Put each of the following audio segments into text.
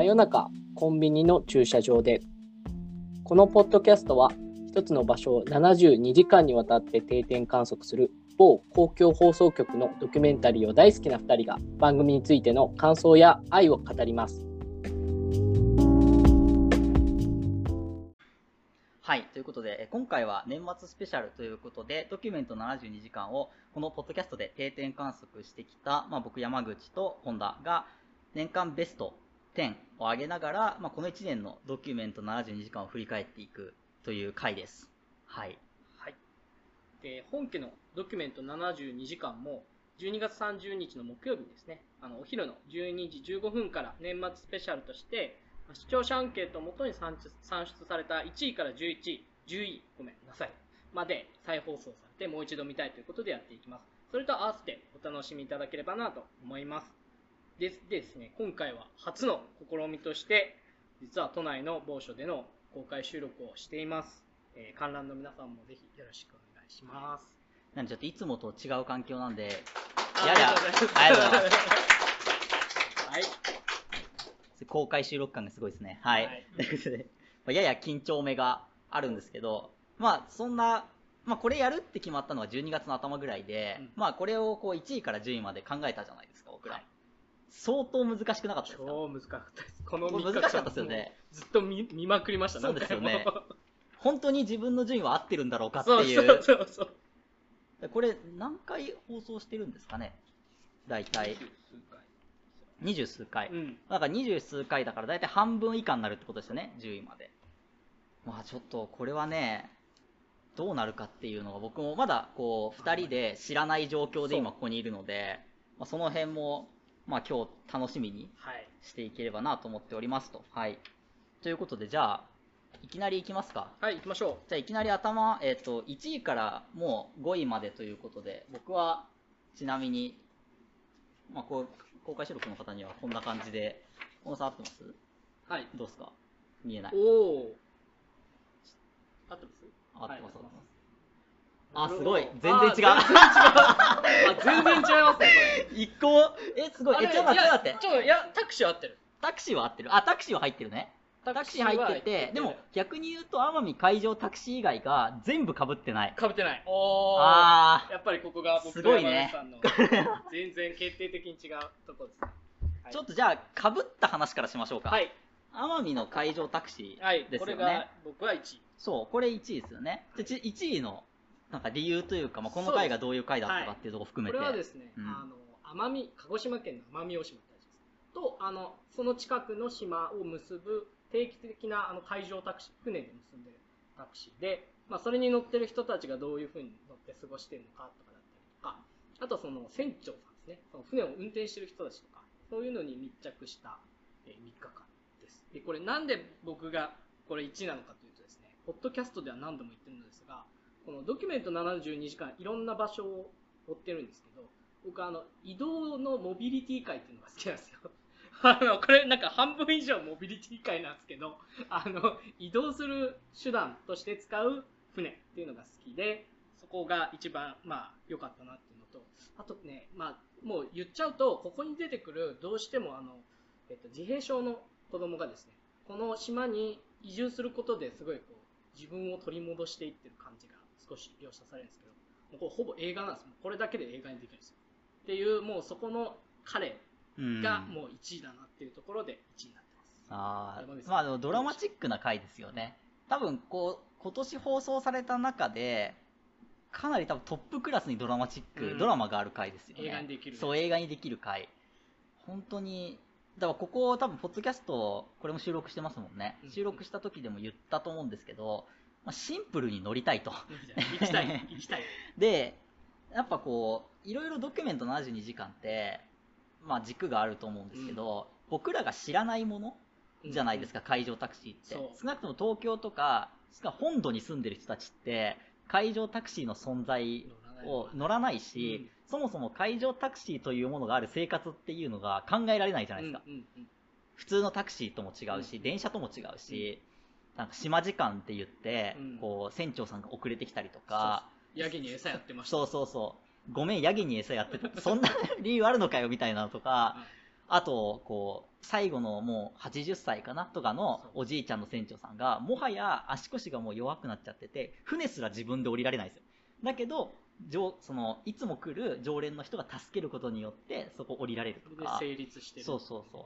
真夜中コンビニの駐車場で。このポッドキャストは一つの場所を72時間にわたって定点観測する某公共放送局のドキュメンタリーを大好きな2人が番組についての感想や愛を語ります。 はい、ということで今回は年末スペシャルということでドキュメント72時間をこのポッドキャストで定点観測してきた、僕山口と本田が年間ベスト10を上げながら、この1年のドキュメント72時間を振り返っていくという回です。はい。 はい。で、本家のドキュメント72時間も12月30日の木曜日ですね、お昼の12時15分から年末スペシャルとして視聴者アンケートをもとに算出された1位から11位、10位、ごめんなさい、まで再放送されてもう一度見たいということでやっていきます。それと合わせてお楽しみいただければなと思います。でですね、今回は初の試みとして、実は都内の某所での公開収録をしています。観覧の皆さんもぜひよろしくお願いします。 なんでちょっといつもと違う環境なんで、 ありがとうございます。 ありがとうございます。 はい。 公開収録感がすごいですね。はい。ということで、やや緊張目があるんですけど、そんな、これやるって決まったのは12月の頭ぐらいで、これをこう1位から10位まで考えたじゃないですか、僕ら。はい、相当難しくなかったですか？ 超難かったです。この3 日間難しかったですよね。 ずっと 見まくりました。 そうですよね。本当に自分の順位は合ってるんだろうかっていう。 そう。 これ何回放送してるんですかね？大体。20数回。だから20数回だから大体半分以下になるってことですよね、10位まで。ちょっとこれはね、どうなるかっていうのが僕もまだこう2人で知らない状況で今ここにいるので、その辺も今日楽しみにしていければなと思っておりますと。はい。ということで、じゃあいきなりいきますか。 はい、行きましょう。 じゃあいきなり1位からもう5位までということで、僕はちなみにこう公開収録の方にはこんな感じで、小野さん合ってます？はい。どうですか？見えない。 おー。合ってます？ 合ってます、合ってます。すごい。全然違う。 全然違いますね、これ。 一個、すごい。ちょっと待って。 タクシーは合ってる。 タクシーは合ってる。タクシーは入ってるね。タクシー入ってて、でも逆に言うと奄美海上タクシー以外が全部被ってない。 被ってない。やっぱりここが僕と山口さんの全然決定的に違うところですね。 ちょっとじゃあ被った話からしましょうか。 はい。 奄美の海上タクシーですよね。 はい、これが僕は1位。 そう、これ1位ですよね。1位のなんか理由というか、この回がどういう回だったかっていうところを含めて。 これはですね、鹿児島県の奄美大島とその近くの島を結ぶ定期的な海上タクシー、船で結んでるタクシーで、それに乗ってる人たちがどういうふうに乗って過ごしてるのかとかだったりとか、あとその船長さんですね、その船を運転してる人たちとか、そういうのに密着した3日間です。で、これなんで僕がこれ1位なのかというとですね、ポッドキャストでは何度も言ってるのですが、このドキュメント72時間いろんな場所を追ってるんですけど、僕移動のモビリティ会っていうのが好きなんですよ。これなんか半分以上モビリティ会なんですけど、移動する手段として使う船っていうのが好きで、そこが一番良かったなっていうのと、あとね、もう言っちゃうと、ここに出てくるどうしても自閉症の子供がですね、この島に移住することですごいこう自分を取り戻していってる感じが少し描写されるんですけど、もうこれほぼ映画なんです。これだけで映画にできるんですよ。っていう、もうそこの彼がもう1位だなっていうところで1位になってます。 でもドラマチックな回ですよね。多分今年放送された中でかなり多分トップクラスにドラマチック、ドラマがある回ですよね。 映画にできる。 そう、映画にできる回。本当にだからここ多分ポッドキャストこれも収録してますもんね。収録した時でも言ったと思うんですけど、シンプルに乗りたいと。 行きたい。 で、やっぱこういろいろドキュメント72時間って軸があると思うんですけど、僕らが知らないものじゃないですか、海上タクシーって。少なくとも東京とか本土に住んでる人たちって海上タクシーの存在を乗らないし、そもそも海上タクシーというものがある生活っていうのが考えられないじゃないですか。普通のタクシーとも違うし、電車とも違うし、なんか島時間って言って、こう船長さんが遅れてきたりとか、 ヤギに餌やってました。 そう。ごめん、ヤギに餌やってた。そんな理由あるのかよみたいなのとか、 あとこう最後のもう80歳かなとかのおじいちゃんの船長さんがもはや足腰がもう弱くなっちゃってて船すら自分で降りられないんですよ。だけどそのいつも来る常連の人が助けることによってそこ降りられるとか。 成立してる。 そうそうそう。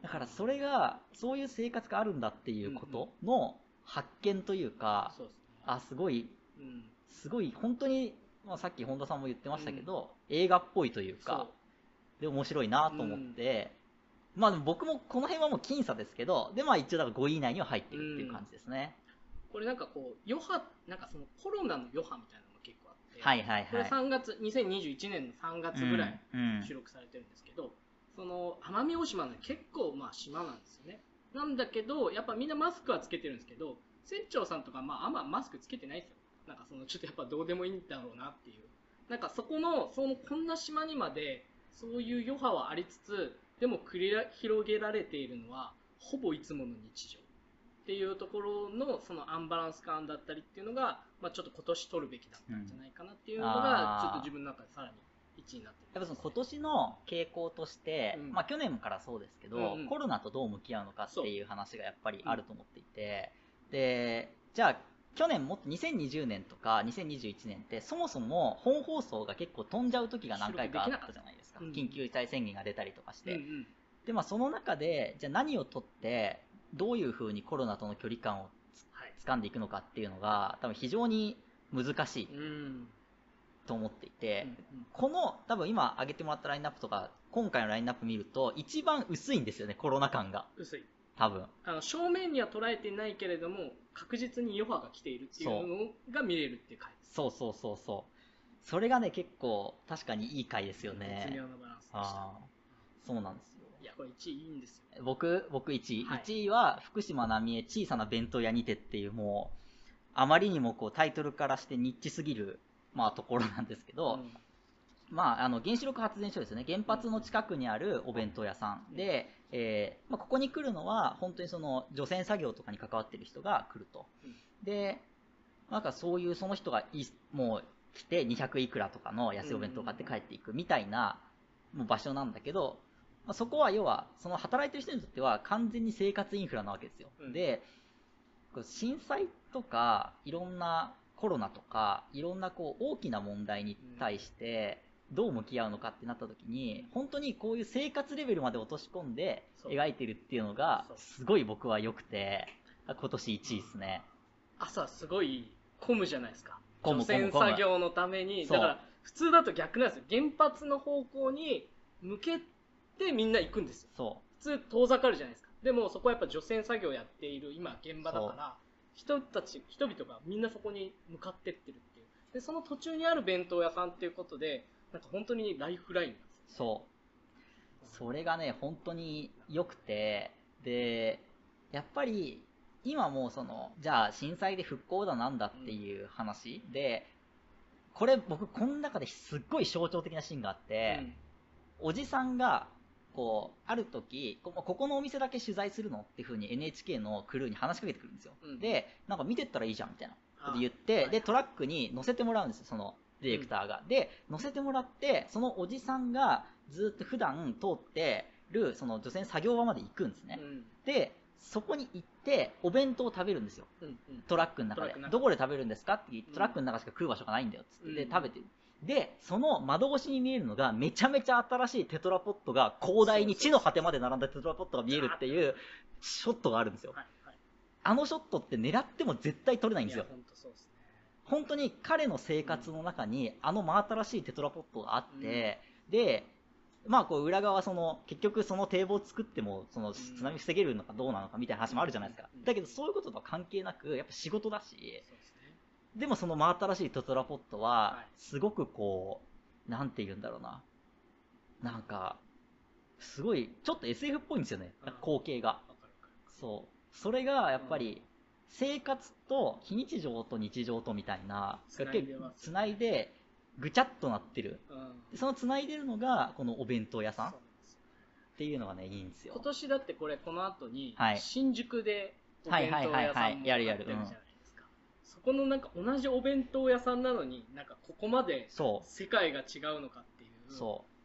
だからそれがそういう生活があるんだっていうことの発見というか、 そうですね、 すごい、すごい本当に、まあ、さっき本田さんも言ってましたけど、映画っぽいというかで面白いなと思って、まあでも僕もこの辺はもう僅差ですけど、でまあ一応だから5位以内には入ってるっていう感じですね。 これなんかこう余波、なんかそのコロナの余波みたいなのが結構あって、 はいはいはい、 これ3月2021年の3月ぐらい収録されてるんですけど、その奄美大島の結構まあ島なんですよね。なんだけどやっぱみんなマスクはつけてるんですけど、船長さんとかまああんまマスクつけてないですよ。なんかそのちょっとやっぱどうでもいいんだろうなっていう、なんかそこのこんな島にまでそういう余波はありつつ、でも繰り広げられているのはほぼいつもの日常っていうところのそのアンバランス感だったりっていうのが、まあ、ちょっと今年取るべきだったんじゃないかなっていうのが、ちょっと自分の中でさらに1位になってる。 やっぱその今年の傾向として、まあ去年からそうですけど、コロナとどう向き合うのかっていう話がやっぱりあると思っていて、でじゃあ去年もっと2020年とか2021年ってそもそも本放送が結構飛んじゃう時が何回かあったじゃないですか。緊急事態宣言が出たりとかして、でまあその中でじゃあ何をとってどういうふうにコロナとの距離感を掴んでいくのかっていうのが多分非常に難しいと思っていて、この多分今挙げてもらったラインナップとか今回のラインナップ見ると一番薄いんですよね、コロナ感が。 薄い。 多分正面には捉えていないけれども確実に余波が来ているっていうのが見れるっていう回です。 そうそうそうそう。それがね結構確かにいい回ですよね。 絶妙なバランスでした。 そうなんですよ。 いやこれ1位いいんですよ。 僕1位、1位は福島浪江小さな弁当屋にてっていう、もうあまりにもこうタイトルからしてニッチすぎるまあところなんですけど、まあ、原子力発電所ですね、原発の近くにあるお弁当屋さんで、まあ、ここに来るのは本当にその除染作業とかに関わっている人が来ると。でなんかそういうその人がもう来て200いくらとかの安いお弁当を買って帰っていくみたいなもう場所なんだけど、まあ、そこは要はその働いてる人にとっては完全に生活インフラなわけですよ。で震災とかいろんなコロナとかいろんなこう大きな問題に対してどう向き合うのかってなった時に本当にこういう生活レベルまで落とし込んで描いてるっていうのがすごい僕は良くて今年1位ですね。 朝すごい混むじゃないですか、除染作業のために。だから普通だと逆なんですよ、原発の方向に向けてみんな行くんですよ。普通遠ざかるじゃないですか。でもそこはやっぱ除染作業やっている今現場だから人々がみんなそこに向かってってるっていう。でその途中にある弁当屋さんっていうことでなんか本当にライフラインなんですよ。 それがね本当に良くて、でやっぱり今もうじゃあ震災で復興だなんだっていう話で、これ僕この中ですっごい象徴的なシーンがあって、おじさんがこうある時ここのお店だけ取材するのっていう風に NHK のクルーに話しかけてくるんですよ。でなんか見てったらいいじゃんみたいなこと言って、でトラックに乗せてもらうんですよ、そのディレクターが。で乗せてもらってそのおじさんがずっと普段通ってるその除染作業場まで行くんですね。でそこに行ってお弁当を食べるんですよ、トラックの中で。どこで食べるんですかって言って、トラックの中しか食う場所がないんだよっつって、で食べてる。でその窓越しに見えるのがめちゃめちゃ新しいテトラポットが広大に地の果てまで並んだテトラポットが見えるっていうショットがあるんですよ。あのショットって狙っても絶対撮れないんですよ。本当に彼の生活の中にあの真新しいテトラポットがあって、でまあこう裏側結局その堤防を作っても津波防げるのかどうなのかみたいな話もあるじゃないですか。だけどそういうこととは関係なくやっぱ仕事だし、でもその真新しいテトラポットはすごくこうなんて言うんだろうな、なんかすごいちょっと SF っぽいんですよね、光景が。それがやっぱり生活と非日常と日常とみたいなつないでぐちゃっとなってる、そのつないでるのがこのお弁当屋さんっていうのがねいいんですよ。 今年だってこの後に新宿でお弁当屋さんもやってるじゃないですか。そこのなんか同じお弁当屋さんなのになんかここまで世界が違うのかっていう。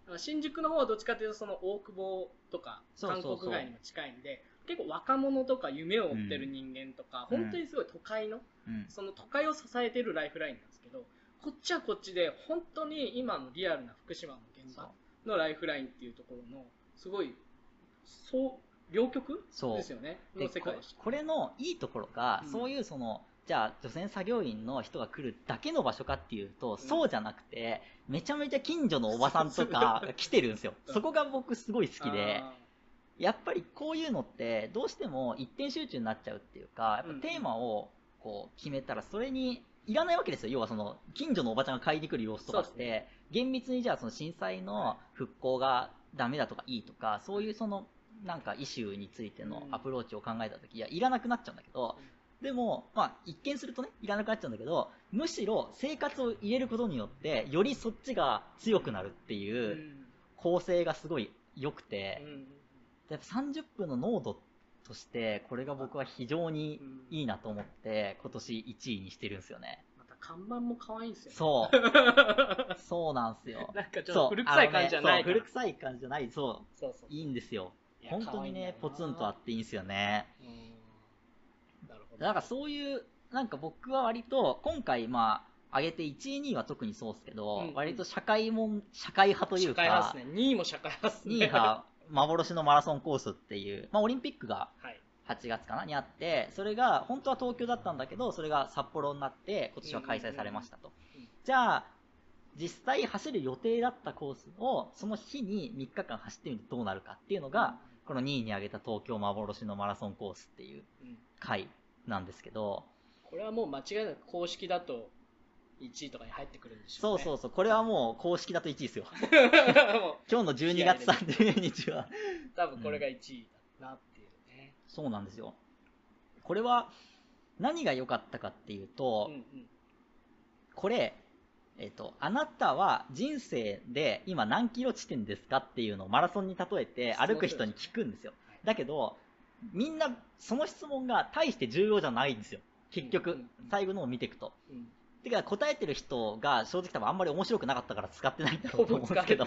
新宿の方はどっちかというとその大久保とか韓国街にも近いんで、結構若者とか夢を追ってる人間とか、本当にすごい都会の、その都会を支えてるライフラインなんですけど、こっちはこっちで本当に今のリアルな福島の現場のライフラインっていうところのすごい両極ですよね。の世界でした。 これのいいところが、そういうそのじゃあ除染作業員の人が来るだけの場所かっていうと、そうじゃなくてめちゃめちゃ近所のおばさんとかが来てるんですよ。そこが僕すごい好きで、やっぱりこういうのってどうしても一点集中になっちゃうっていうか、やっぱテーマをこう決めたらそれにいらないわけですよ。要はその近所のおばちゃんが買いに来る様子とかって、厳密にじゃあその震災の復興がダメだとかいいとか、そういうそのなんかイシューについてのアプローチを考えた時、いやいらなくなっちゃうんだけど、でもまあ一見するとねいらなくなっちゃうんだけど、むしろ生活を入れることによってよりそっちが強くなるっていう構成がすごい良くて、やっぱ30分の濃度としてこれが僕は非常にいいなと思って今年1位にしてるんですよね。 また看板も可愛いんですよね。 そうなんですよ。 なんかちょっと古臭い感じじゃない、 古臭い感じじゃない、いいんですよ。本当にねポツンとあっていいんですよね。 なるほど。 なんかそういうなんか僕は割と今回まあ上げて1位2位は特にそうですけど、割と社会派というか、 社会派ですね。2位も社会派ですね。 2位が幻のマラソンコースっていう、まあ、オリンピックが8月かなにあって、それが本当は東京だったんだけど、それが札幌になって今年は開催されましたと。じゃあ実際走る予定だったコースをその日に3日間走ってみてどうなるかっていうのが、この2位に挙げた東京幻のマラソンコースっていう回なんですけど、 これはもう間違いなく公式だと1位とかに入ってくるんでしょうね。 そうこれはもう公式だと1位ですよ。今日の12月30日は多分これが1位だなっていうね。 そうなんですよ。これは何が良かったかっていうと、これあなたは人生で今何キロ地点ですかっていうのをマラソンに例えて歩く人に聞くんですよ。だけどみんなその質問が大して重要じゃないんですよ。結局最後のを見ていくと。てか答えてる人が正直多分あんまり面白くなかったから使ってないんだろうと思うんですけど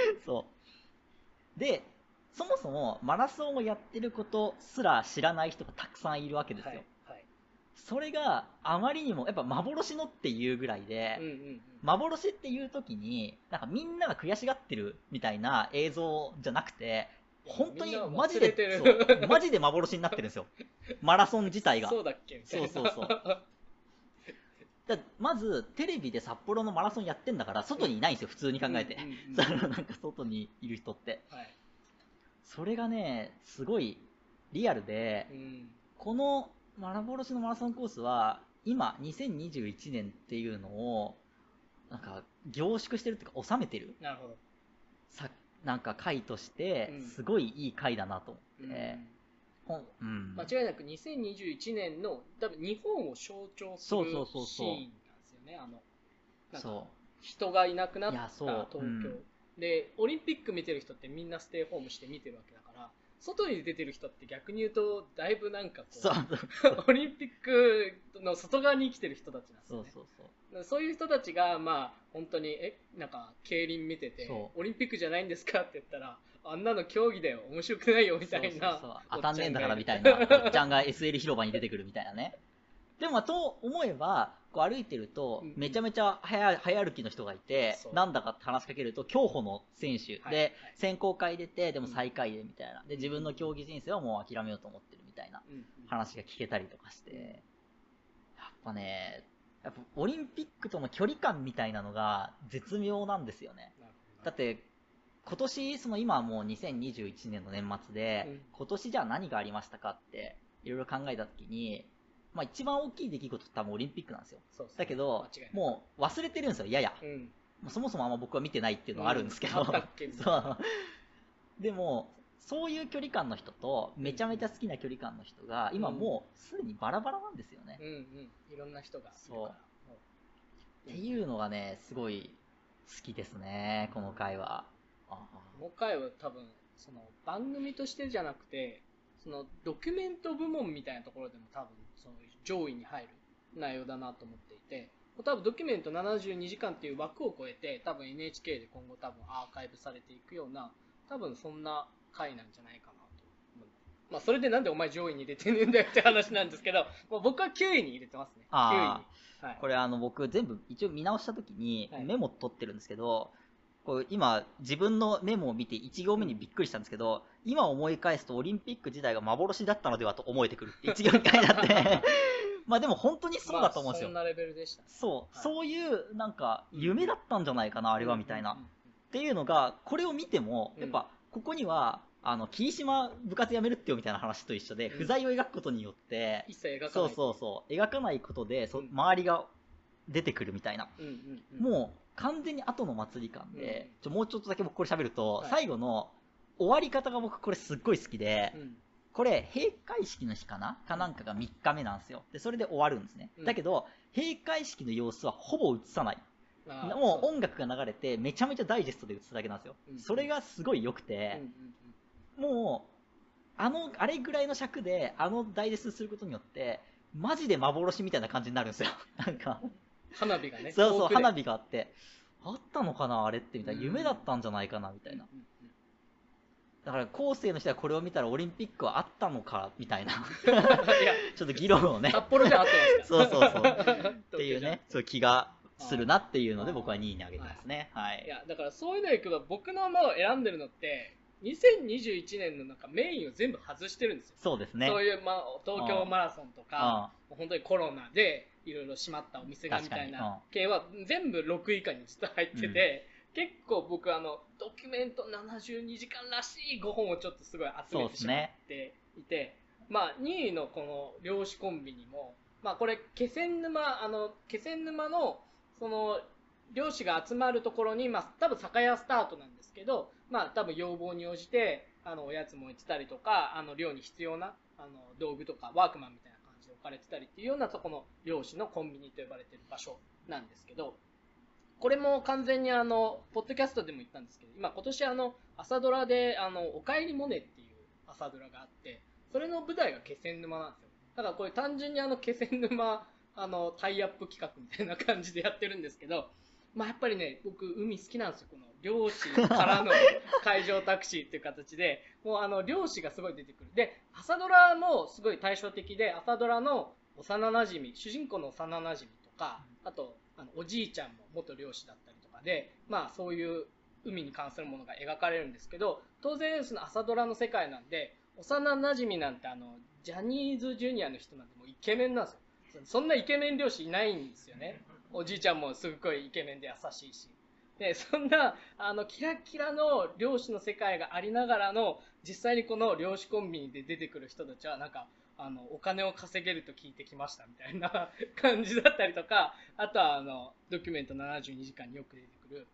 そうで、そもそもマラソンをやってることすら知らない人がたくさんいるわけですよ。それがあまりにもやっぱ幻のっていうぐらいで、幻っていう時になんかみんなが悔しがってるみたいな映像じゃなくて、本当にマジで幻になってるんですよ。マラソン自体が。 そうだっけみたいな。 そうまずテレビで札幌のマラソンやってんだから外にいないんですよ、普通に考えて。なんか外にいる人って、それがねすごいリアルで、この幻のマラソンコースは今2021年っていうのをなんか凝縮してるっていうか収めてる。 なるほど。 なんか回としてすごいいい回だなと思って、 間違いなく2021年の多分日本を象徴するシーンなんですよね。なんか人がいなくなった東京、でオリンピック見てる人ってみんなステイホームして見てるわけだから、外に出てる人って逆に言うとだいぶなんかこうオリンピックの外側に生きてる人たちなんですよね。そういう人たちがまあ本当になんか競輪見ててオリンピックじゃないんですかって言ったら、あんなの競技だよ面白くないよみたいな、 当たんねえんだからみたいなおっちゃんが SL 広場に出てくるみたいなね。でもと思えばこう歩いてるとめちゃめちゃ早歩きの人がいて、なんだかって話しかけると競歩の選手で選考会出てでも最下位でみたいなで、自分の競技人生はもう諦めようと思ってるみたいな話が聞けたりとかして、やっぱねオリンピックとの距離感みたいなのが絶妙なんですよね。だって今年その今はもう2021年の年末で、今年じゃあ何がありましたかっていろいろ考えた時に、まあ、一番大きい出来事って多分オリンピックなんですよ。だけどもう忘れてるんですよ、やや、そもそもあんま僕は見てないっていうのはあるんですけど、でもそういう距離感の人とめちゃめちゃ好きな距離感の人が今もうすでにバラバラなんですよね。 いろんな人がいるからっていうのがねすごい好きですね、この回は。 この回は多分その番組としてじゃなくてそのドキュメント部門みたいなところでも多分その上位に入る内容だなと思っていて、 多分ドキュメント72時間っていう枠を超えて、多分 NHK で今後多分アーカイブされていくような、多分そんな回なんじゃないかなと思う。まあそれでなんでお前上位に入れてねんだよって話なんですけど、もう僕は9位に入れてますね。9位に。はい、 これ僕全部一応見直した時にメモ取ってるんですけど、はい、こう今自分のメモを見て1行目にびっくりしたんですけど、今思い返すとオリンピック自体が幻だったのではと思えてくるって1行に書いてあってまあでも本当にそうだと思うんですよ。 そんなレベルでした、ね、 そう、はい、そういうなんか夢だったんじゃないかな、あれはみたいな、っていうのがこれを見てもやっぱここには霧島部活やめるってよみたいな話と一緒で、不在を描くことによって一切描かない、 そう描かないことで周りが出てくるみたいな、もう完全に後の祭り感で、もうちょっとだけ僕これ喋ると、最後の終わり方が僕これすっごい好きで、これ閉会式の日かなんかが3日目なんですよ。でそれで終わるんですね、だけど閉会式の様子はほぼ映さない、もう音楽が流れてめちゃめちゃダイジェストで映すだけなんですよ、それがすごい良くて、もうあれぐらいの尺でダイジェストすることによってマジで幻みたいな感じになるんですよなんか花火がね、 そう花火があってあったのかなあれってみたいな、夢だったんじゃないかなみたいな、だから後世の人はこれを見たらオリンピックはあったのかみたいないやちょっと議論をね札幌じゃあってますかそうっていうね、そういう気がするなっていうので僕は2位に上げてますね。はい。 いやだからそういうのいくと僕の馬を選んでるのって2021年のなんかメインを全部外してるんですよ。 そうですね。 そういう、東京マラソンとか本当にコロナでいろいろ閉まったお店がみたいな系は全部6位以下に実は入ってて、結構僕ドキュメント72時間らしい5本をちょっとすごい集めてしまっていて、2位のこの漁師コンビニも、これ気仙沼のその漁師が集まるところに、多分酒屋スタートなんですけど、多分要望に応じておやつも置いてたりとか、漁に必要な道具とかワークマンみたいな感じで置かれてたりっていうような、そこの漁師のコンビニと呼ばれてる場所なんですけど、これも完全にポッドキャストでも言ったんですけど、今年朝ドラでおかえりモネっていう朝ドラがあって、それの舞台が気仙沼なんですよ。だからこれ単純に気仙沼タイアップ企画みたいな感じでやってるんですけど、やっぱりね、僕海好きなんですよ。この漁師からの海上タクシーっていう形で、もう漁師がすごい出てくる。で、朝ドラもすごい対照的で、朝ドラの幼馴染、主人公の幼馴染とか、あとおじいちゃんも元漁師だったりとかで、そういう海に関するものが描かれるんですけど、当然その朝ドラの世界なんで、幼馴染なんてジャニーズジュニアの人なんてもうイケメンなんですよ。そんなイケメン漁師いないんですよね。おじいちゃんもすっごいイケメンで優しいし。で、そんなキラキラの漁師の世界がありながらの、実際にこの漁師コンビニで出てくる人たちはなんかお金を稼げると聞いてきましたみたいな感じだったりとか、あとはドキュメント72時間によく出てくる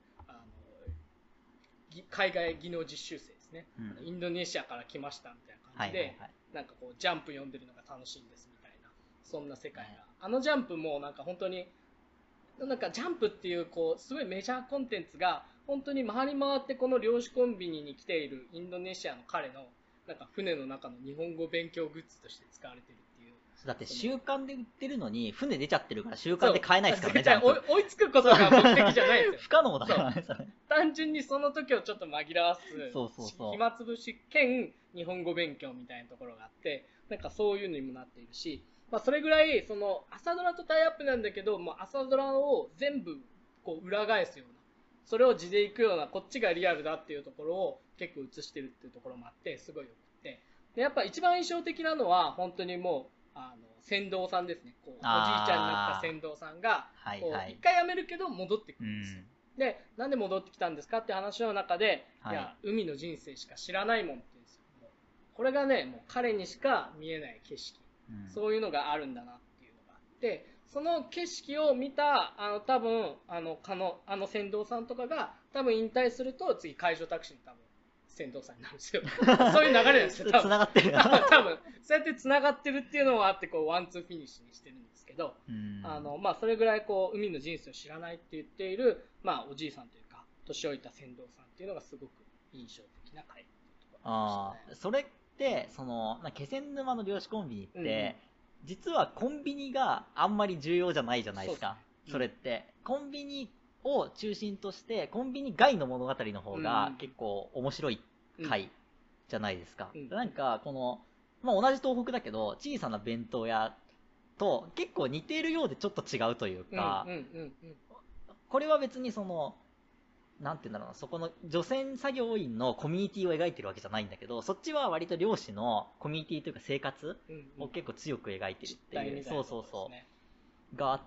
海外技能実習生ですね、インドネシアから来ましたみたいな感じで、なんかこうジャンプ読んでるのが楽しいんですみたいな、そんな世界が、ジャンプもなんか本当になんかジャンプっていうすごいメジャーコンテンツが本当に回り回ってこの漁師コンビニに来ているインドネシアの彼のなんか船の中の日本語勉強グッズとして使われてるっていう。 だって週刊で売ってるのに船出ちゃってるから週刊で買えないですからね。 じゃあ追いつくことが目的じゃないですよ。 不可能だからねそれ。 単純にその時をちょっと紛らわす暇つぶし兼日本語勉強みたいなところがあって、なんかそういうのにもなっているし、それぐらいその朝ドラとタイアップなんだけど、朝ドラを全部こう裏返すような、それを地でいくような、こっちがリアルだっていうところを結構映してるっていうところもあってすごいよくて、でやっぱ一番印象的なのは本当にもう船頭さんですね。おじいちゃんになった船頭さんが一回辞めるけど戻ってくるんですよ。でなんで戻ってきたんですかって話の中で、いや海の人生しか知らないもんって言うんですよ。これがねもう彼にしか見えない景色、そういうのがあるんだなっていうのがあって、その景色を見た多分船頭さんとかが多分引退すると次海上タクシーに多分船頭さんになるんですよ。そういう流れなんですよ。 つながってる。 多分そうやってつながってるっていうのもあってワンツーフィニッシュにしてるんですけど、それぐらい海の人生を知らないって言っているおじいさんというか年老いた船頭さんっていうのがすごく印象的な回でしたね。 それってその気仙沼の漁師コンビニって、実はコンビニがあんまり重要じゃないじゃないですか。 それって。コンビニを中心として、コンビニ外の物語の方が結構面白い回じゃないですか。なんか、この、まあ、同じ東北だけど、小さな弁当屋と結構似ているようでちょっと違うというか、これは別にその、なんて言うんだろうな、そこの除染作業員のコミュニティを描いてるわけじゃないんだけど、そっちは割と漁師のコミュニティというか生活を結構強く描いてるっていう、そうそうそう、があって、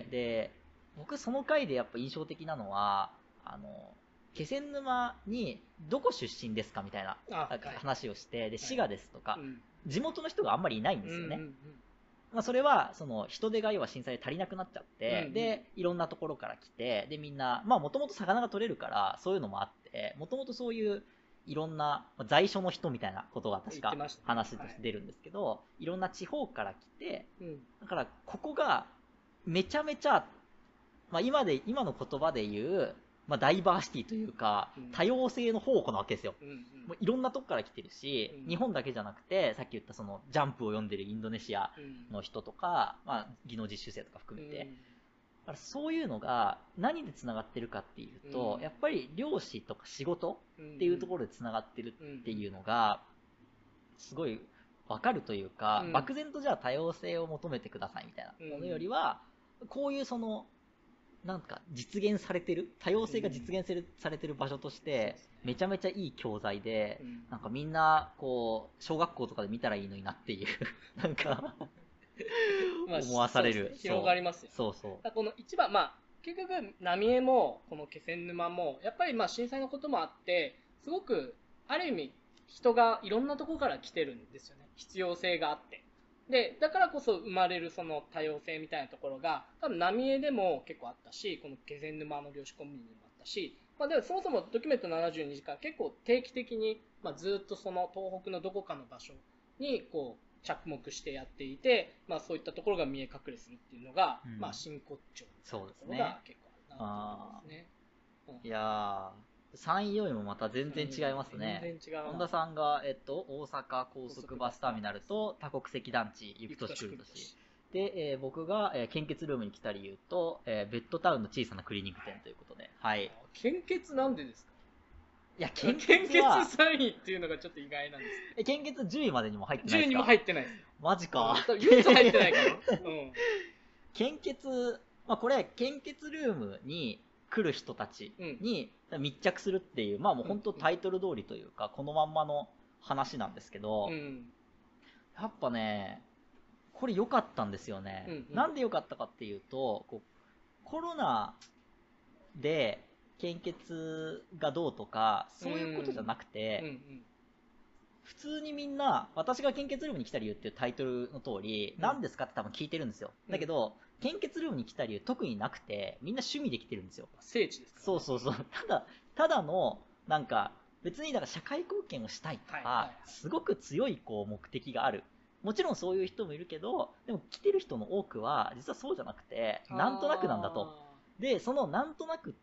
で、僕その回でやっぱ印象的なのは、気仙沼にどこ出身ですかみたいな話をして、で、滋賀ですとか、地元の人があんまりいないんですよね。まあ、それは、その、人手が要は震災で足りなくなっちゃって、で、いろんなところから来て、で、みんな、まあ、もともと魚が取れるから、そういうのもあって、もともとそういう、いろんな、在所の人みたいなことが確か話として出るんですけど、いろんな地方から来て、だから、ここが、めちゃめちゃ、まあ、今の言葉で言う、まあ、ダイバーシティというか、多様性の宝庫なわけですよ。もういろんなとこから来てるし、日本だけじゃなくて、さっき言ったその、ジャンプを読んでるインドネシアの人とか、まあ、技能実習生とか含めて、だからそういうのが何で繋がってるかっていうと、やっぱり漁師とか仕事っていうところで繋がってるっていうのが、すごいわかるというか、漠然とじゃあ多様性を求めてくださいみたいなものよりは、こういうその、なんか実現されてる、多様性が実現されてる場所として、めちゃめちゃいい教材で、なんかみんな、こう、小学校とかで見たらいいのになっていう、なんか思わされる。 広がりますよ。 そうそう。 この一番、まあ、結局、浪江も、この気仙沼も、やっぱりまあ震災のこともあって、すごく、ある意味、人がいろんなところから来てるんですよね。必要性があって。で、だからこそ生まれるその多様性みたいなところが、多分浪江でも結構あったし、この気仙沼の漁師コンビニにもあったし、まあでもそもそもドキュメント72時間結構定期的に、まあずっとその東北のどこかの場所にこう着目してやっていて、まあそういったところが見え隠れするっていうのが、まあ真骨頂のところが結構あるなと思いますね。 いやー、3位4位もまた全然違いますね。 全然違う。 本田さんが、大阪高速バスターミナルと多国籍団地、行く年来る年。で、僕が、献血ルームに来た理由と、ベッドタウンの小さなクリニック店ということで。はい。 献血なんでですか？ いや、献血 3位っていうのがちょっと意外なんですけど。 献血10位までにも入ってないですか？ 10位にも入ってないです。 マジか。 唯一入ってないから。 献血、まあこれ、献血ルームに来る人たちに密着するっていう、まあもう本当タイトル通りというか、このまんまの話なんですけど、やっぱね、これ良かったんですよね。なんで良かったかっていうと、コロナで献血がどうとか、そういうことじゃなくて、普通にみんな、私が献血ルームに来た理由っていうタイトルの通り、何ですかって多分聞いてるんですよ。だけど、献血ルームに来た理由特になくて、みんな趣味で来てるんですよ。 聖地ですか？ そうそうそう。ただの、なんか、別になんか社会貢献をしたいとか、すごく強いこう目的がある。もちろんそういう人もいるけど、でも来てる人の多くは、実はそうじゃなくて、なんとなくなんだと。で、そのなんとなくって、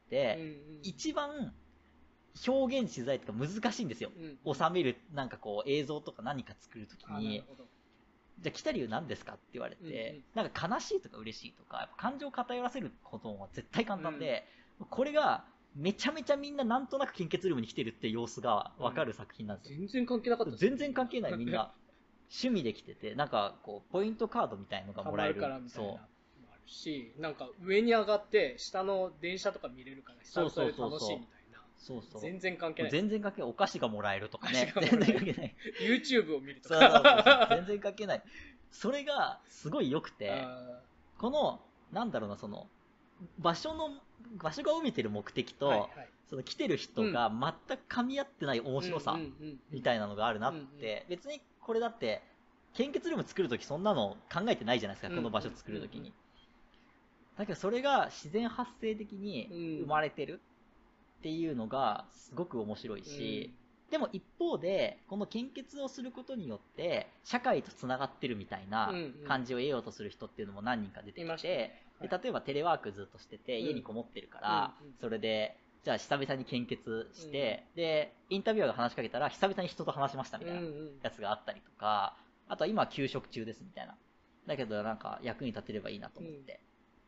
一番表現しづらいとか難しいんですよ。収める、なんかこう映像とか何か作るときに、じゃあ来た理由何ですかって言われて、なんか悲しいとか嬉しいとか、やっぱ感情を偏らせることは絶対簡単で、これがめちゃめちゃみんななんとなく献血ルームに来てるっていう様子がわかる作品なんですよ。 全然関係なかった。 全然関係ない、みんな。趣味で来てて、なんかこう、ポイントカードみたいのがもらえる。そう。 し、なんか上に上がって下の電車とか見れるから久々で楽しいみたいな。 そうそう。 全然関係ない。 全然関係ない。お菓子がもらえるとかね。全然関係ない。 YouTube を見るとか。全然関係ない。それがすごい良くて、この、なんだろうな、その、場所が帯びてる目的と、その来てる人が全く噛み合ってない面白さみたいなのがあるなって、別にこれだって、献血ルーム作るときそんなの考えてないじゃないですか、この場所作るときに。だけどそれが自然発生的に生まれてるっていうのがすごく面白いし、でも一方で、この献血をすることによって社会とつながってるみたいな感じを得ようとする人っていうのも何人か出てきて、で例えばテレワークずっとしてて家にこもってるから、それで、じゃあ久々に献血して、で、インタビュアーが話しかけたら久々に人と話しましたみたいなやつがあったりとか、あとは今休職中ですみたいな。だけどなんか役に立てればいいなと思って。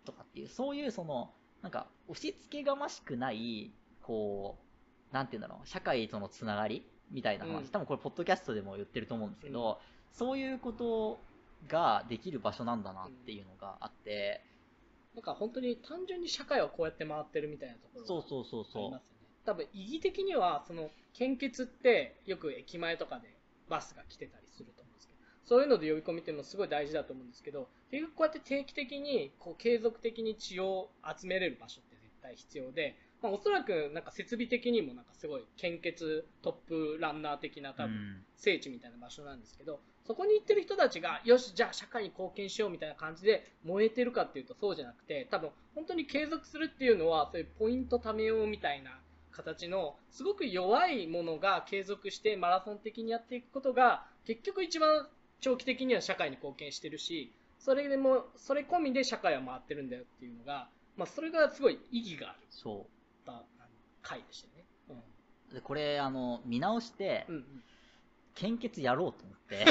とかっていう、そういうなんか押し付けがましくない、こう、なんていうんだろう、社会とのつながりみたいな話、多分これポッドキャストでも言ってると思うんですけど、そういうことができる場所なんだなっていうのがあって、 なんか本当に単純に社会をこうやって回ってるみたいなところがありますよね。多分意義的には献血ってよく駅前とかでバスが来てたりすると思うんですけど、そういうので呼び込みっていうのもすごい大事だと思うんですけど、結局こうやって定期的に継続的に血を集めれる場所って絶対必要で、おそらくなんか設備的にもなんかすごい献血トップランナー的な多分聖地みたいな場所なんですけど、そこに行ってる人たちがよしじゃあ社会に貢献しようみたいな感じで燃えてるかっていうとそうじゃなくて、多分本当に継続するっていうのはそういうポイント貯めようみたいな形のすごく弱いものが継続してマラソン的にやっていくことが結局一番長期的には社会に貢献してるし、それ込みで社会は回ってるんだよっていうのが、それがすごい意義がある回でしたね。 でこれ見直して、献血やろうと思って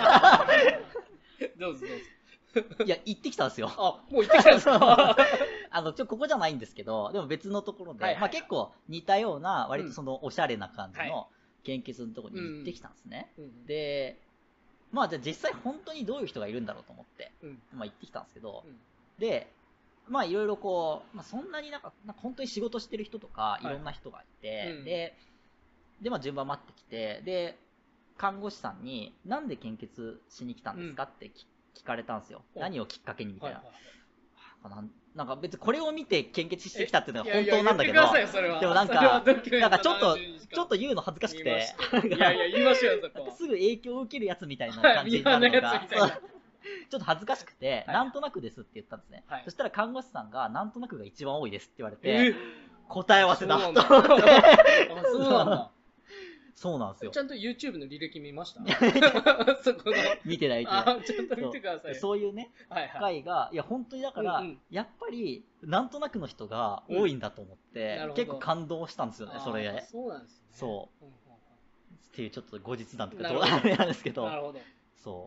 どうぞいや行ってきたんですよ。 もう行ってきたんですかここじゃないんですけど、でも別のところで、結構似たような割とおしゃれな感じの献血のところに行ってきたんですね。でじゃあ実際本当にどういう人がいるんだろうと思って、行ってきたんですけど、でいろいろそんなになんか本当に仕事してる人とかいろんな人がいて、で順番待ってきて、で看護師さんになんで献血しに来たんですかって聞かれたんですよ。何をきっかけにみたいな。なんか別にこれを見て献血してきたっていうのが本当なんだけど、でもなんかちょっと言うの恥ずかしくて、 いや言いましょうよそこは。 すぐ影響を受けるやつみたいな感じになるのがちょっと恥ずかしくて、なんとなくですって言ったんですね。そしたら看護師さんがなんとなくが一番多いですって言われて、答え合わせだと思って。 そうなんだ。 そうなんですよ。 ちゃんと YouTube の履歴見ましたそこの見てないちゃんと見てください。 そういうね、回が、いや本当にだから、やっぱりなんとなくの人が多いんだと思って、結構感動したんですよね、それ。 そうなんですね。 そう。っていうちょっと後日談とかどうなんですけど。 なるほど。 そう。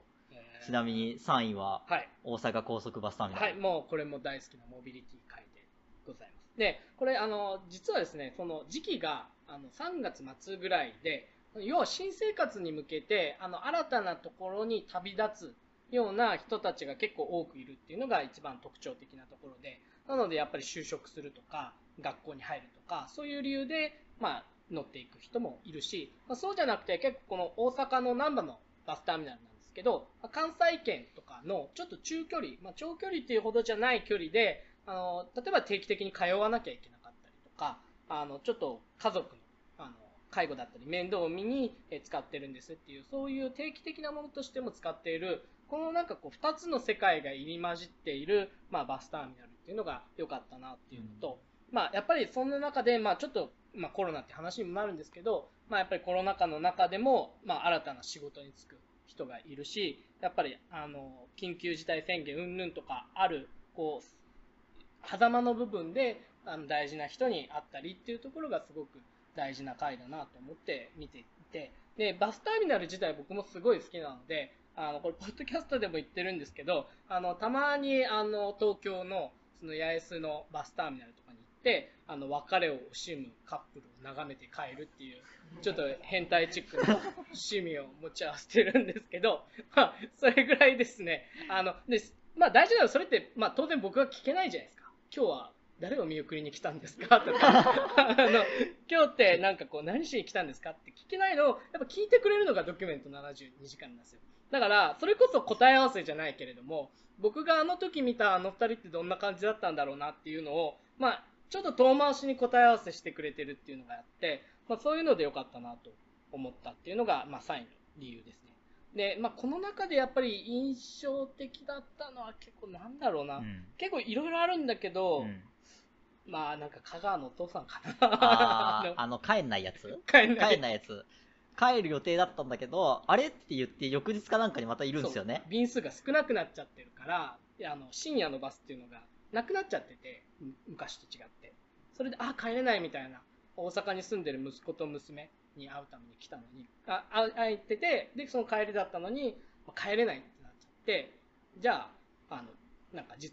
ちなみに3位は、大阪高速バスターミナル。 はい、もうこれも大好きなモビリティ回でございます。で、これ実はですね、その時期が3月末ぐらいで、要は新生活に向けて新たなところに旅立つような人たちが結構多くいるっていうのが一番特徴的なところで、なのでやっぱり就職するとか学校に入るとかそういう理由で乗っていく人もいるし、そうじゃなくて結構この大阪の難波のバスターミナルなんですけど、関西圏とかのちょっと中距離、長距離っていうほどじゃない距離で例えば定期的に通わなきゃいけなかったりとか、ちょっと家族の介護だったり面倒を見に使ってるんですっていう、そういう定期的なものとしても使っている、このなんか2つの世界が入り混じっている、バスターミナルっていうのが良かったなっていうのと、やっぱりそんな中で、ちょっと、コロナって話にもなるんですけど、やっぱりコロナ禍の中でも、新たな仕事に就く人がいるし、やっぱり緊急事態宣言云々とかある狭間の部分で大事な人に会ったりっていうところがすごく大事な回だなと思って見ていて、でバスターミナル自体僕もすごい好きなので、これポッドキャストでも言ってるんですけど、たまに東京のその八重洲のバスターミナルとかに行って別れを惜しむカップルを眺めて帰るっていうちょっと変態チックな趣味を持ち合わせてるんですけどそれぐらいですね。で大事なのはそれって、当然僕は聞けないじゃないですか。今日は誰を見送りに来たんですかとか今日ってなんか何しに来たんですかって聞けないのをやっぱ聞いてくれるのがドキュメント72時間なんですよ。だからそれこそ答え合わせじゃないけれども、僕が時見た2人ってどんな感じだったんだろうなっていうのをちょっと遠回しに答え合わせしてくれてるっていうのがあって、そういうのでよかったなと思ったっていうのが3位の理由ですね。でこの中でやっぱり印象的だったのは結構なんだろうな、結構いろいろあるんだけど、なんか香川のお父さんかな帰んないやつ帰んないやつ帰る予定だったんだけど、あれって言って翌日かなんかにまたいるんですよね。 便数が少なくなっちゃってるから深夜のバスっていうのがなくなっちゃってて、昔と違って、それで帰れないみたいな、大阪に住んでる息子と娘に会うために来たのに会えてて、でその帰りだったのに帰れないってなっちゃって、じゃあなんか実は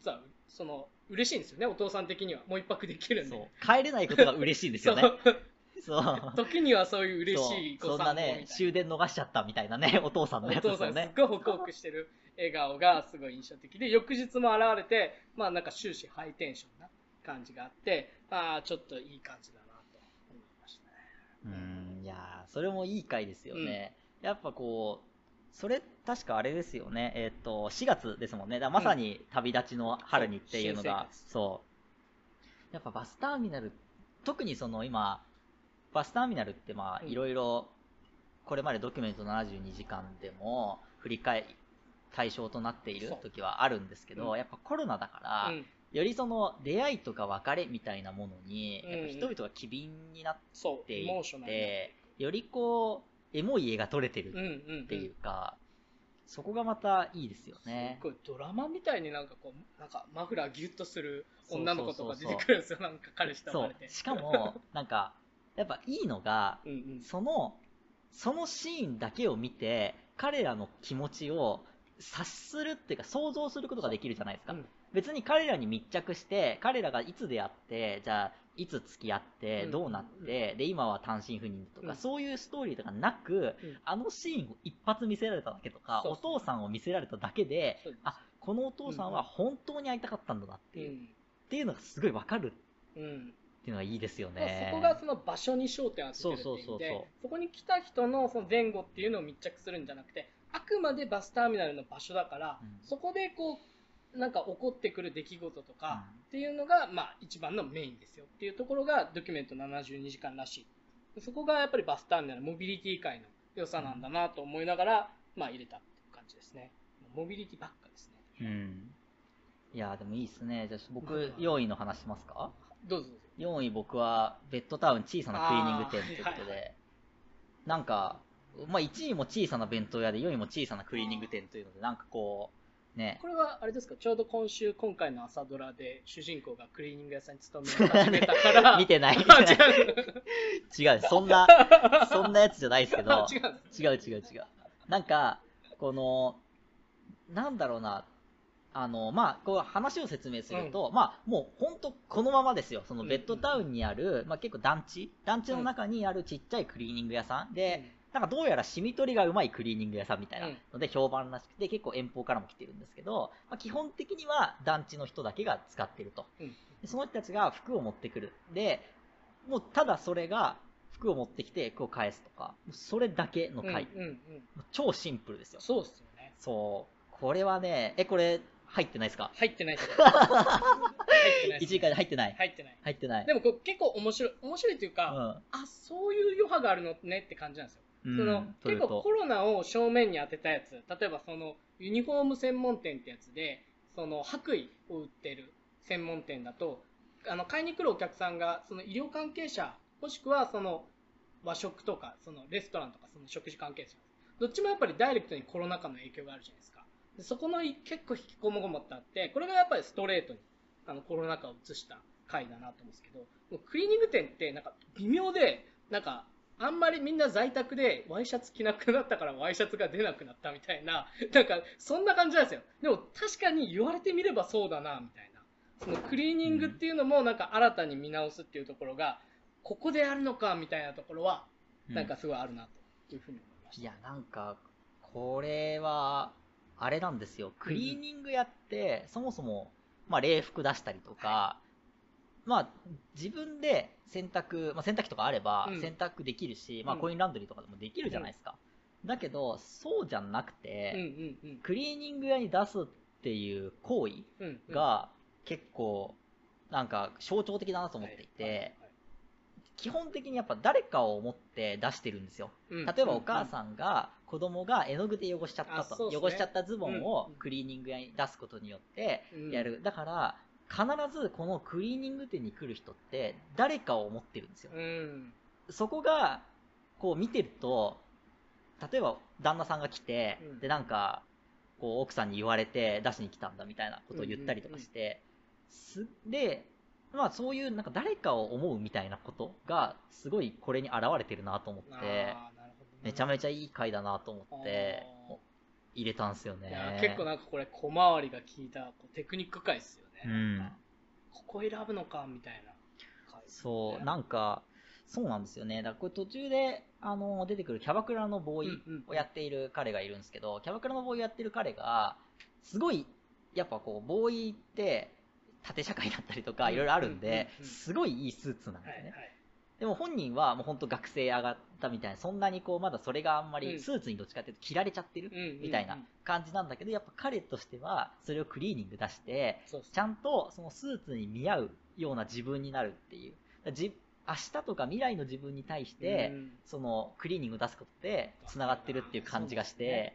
嬉しいんですよね、お父さん的には。もう一泊できるんで。 帰れないことが嬉しいんですよね。 時にはそういう嬉しいそんなね、終電逃しちゃったみたいなね、お父さんのやつですよね。 お父さんすっごいホクホクしてる笑顔がすごい印象的で、翌日も現れて、なんか終始ハイテンションな感じがあって、ちょっといい感じだなと思いましたね。 いやそれもいい回ですよね。やっぱそれ確かあれですよね。4月ですもんね。だまさに旅立ちの春にっていうのが、やっぱバスターミナル、特に今、バスターミナルっていろいろ、これまでドキュメント72時間でも振り返り対象となっている時はあるんですけど、やっぱコロナだから、より出会いとか別れみたいなものに、やっぱ人々が機敏になっていって、よりエモい絵が撮れてるっていうか、そこがまたいいですよね。 すごいドラマみたいになんかマフラーギュッとする女の子とか出てくるんですよ、なんか彼氏とかで。 しかも、なんか、やっぱいいのが、そのシーンだけを見て、彼らの気持ちを察するっていうか想像することができるじゃないですか。別に彼らに密着して、彼らがいつ出会って、じゃあいつ付き合ってどうなって、で今は単身赴任とか、そういうストーリーとかなく、あのシーンを一発見せられただけとか、お父さんを見せられただけで、このお父さんは本当に会いたかったんだなっていうのがすごいわかるっていうのがいいですよね。 そこがその場所に焦点を当ててるっていうので、そこに来た人のその前後っていうのを密着するんじゃなくて、あくまでバスターミナルの場所だから、そこでなんか起こってくる出来事とかっていうのが、一番のメインですよっていうところがドキュメント72時間らしい。そこがやっぱりバスターミナル、モビリティ界の良さなんだなと思いながら、入れたっていう感じですね。モビリティばっかですね。 いやでもいいですね。じゃあ僕4位の話しますか？ どうぞ。 4位僕はベッドタウン小さなクリーニング店ということで、なんか、1位も小さな弁当屋で4位も小さなクリーニング店というので、なんかね。 これはあれですか、ちょうど今回の朝ドラで主人公がクリーニング屋さんに勤め始めたから見てない。違う、そんなやつじゃないですけど、違う。なんか、なんだろうな、話を説明すると、もう本当このままですよ。そのベッドタウンにある、結構団地の中にあるちっちゃいクリーニング屋さんで、なんかどうやら染み取りがうまいクリーニング屋さんみたいなので評判らしくて、結構遠方からも来てるんですけど、基本的には団地の人だけが使ってると。でその人たちが服を持ってくる。で、もうただそれが服を持ってきて服を返すとか、それだけの回。超シンプルですよ。 そうですよね。 そう。これはね、これ入ってないですか？ 入ってないです。 1位から入ってない。 入ってない。 でも結構面白いというか、そういう余波があるのねって感じなんですよ。結構コロナを正面に当てたやつ、例えばユニフォーム専門店ってやつで、白衣を売ってる専門店だと、買いに来るお客さんが医療関係者、もしくは和食とかレストランとか食事関係者、どっちもやっぱりダイレクトにコロナ禍の影響があるじゃないですか。でそこの結構引きこもごもってあって、これがやっぱりストレートにコロナ禍を映した回だなと思うんですけど、クリーニング店ってなんか微妙で、なんかあんまりみんな在宅でワイシャツ着なくなったからワイシャツが出なくなったみたいな、なんかそんな感じなんですよ。でも確かに言われてみればそうだなみたいな。そのクリーニングっていうのもなんか新たに見直すっていうところが、ここでやるのかみたいなところはなんかすごいあるなというふうに思いました。 いやなんかこれはあれなんですよ。クリーニングやってそもそも礼服出したりとか。自分で洗濯機とかあれば洗濯できるし、コインランドリーとかでもできるじゃないですか。だけど、そうじゃなくて、クリーニング屋に出すっていう行為が結構、なんか象徴的だなと思っていて、基本的にやっぱ誰かを思って出してるんですよ。例えばお母さんが子供が絵の具で汚しちゃったと。汚しちゃったズボンをクリーニング屋に出すことによってやる。だから、必ずこのクリーニング店に来る人って誰かを思ってるんですよ。そこが見てると、例えば旦那さんが来て、でなんか奥さんに言われて出しに来たんだみたいなことを言ったりとかして、でそういうなんか誰かを思うみたいなことがすごいこれに現れてるなと思って、めちゃめちゃいい回だなと思って入れたんですよね。 いや結構なんかこれ小回りが効いたテクニック回ですよね。 ね。ここ選ぶのかみたいな、ね。 そう、なんか、そうなんですよね。だからこれ途中で、出てくるキャバクラのボーイをやっている彼がいるんですけど、キャバクラのボーイをやってる彼が、すごい、やっぱこう、ボーイって、縦社会だったりとか、いろいろあるんで、すごいいいスーツなんですよね。でも本人はもう本当学生上がったみたいな、そんなにこう、まだそれがあんまりスーツにどっちかっていうと着られちゃってるみたいな感じなんだけど、やっぱ彼としてはそれをクリーニング出して、ちゃんとそのスーツに見合うような自分になるっていう。明日とか未来の自分に対して、そのクリーニングを出すことで繋がってるっていう感じがして、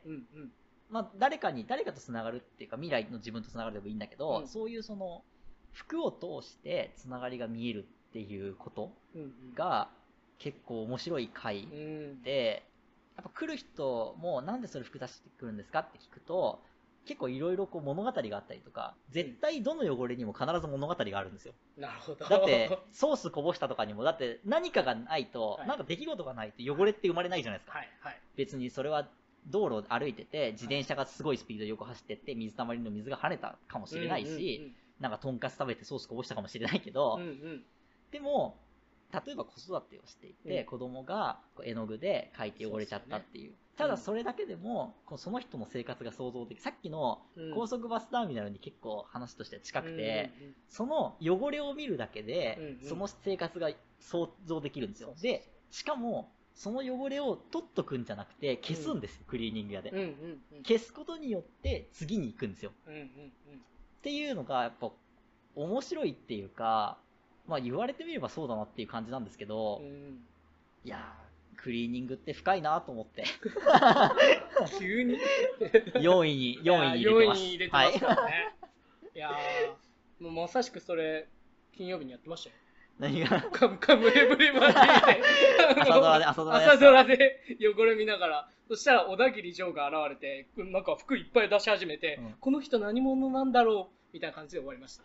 まあ誰かと繋がるっていうか、未来の自分と繋がればいいんだけど、そういうその服を通して繋がりが見えるっていうことが結構面白い回で、やっぱ来る人もなんでそれ服出してくるんですかって聞くと、結構いろいろこう物語があったりとか、絶対どの汚れにも必ず物語があるんですよ。 なるほど。 だってソースこぼしたとかにも、だって何かがないと、なんか出来事がないと汚れって生まれないじゃないですか。別にそれは道路を歩いてて、自転車がすごいスピードで横走ってって、水たまりの水が跳ねたかもしれないし、なんかとんかつ食べてソースこぼしたかもしれないけど、でも、例えば子育てをしていて、子供が絵の具で描いて汚れちゃったっていう。ただそれだけでも、その人の生活が想像でき、さっきの高速バスターミナルに結構話としては近くて、その汚れを見るだけで、その生活が想像できるんですよ。で、しかも、その汚れを取っとくんじゃなくて、消すんですよ、クリーニング屋で。消すことによって次に行くんですよ。っていうのが、やっぱ、面白いっていうか、まあ言われてみればそうだなっていう感じなんですけど、いやー、クリーニングって深いなと思って。 急に 4位に入れてます。 入れてますからね。いやー、もうまさしくそれ、金曜日にやってましたよ。 何がカムカムエブリバディで朝ドラで汚れ見ながら、そしたら小田切城が現れて、なんか服いっぱい出し始めて、この人何者なんだろうみたいな感じで終わりました。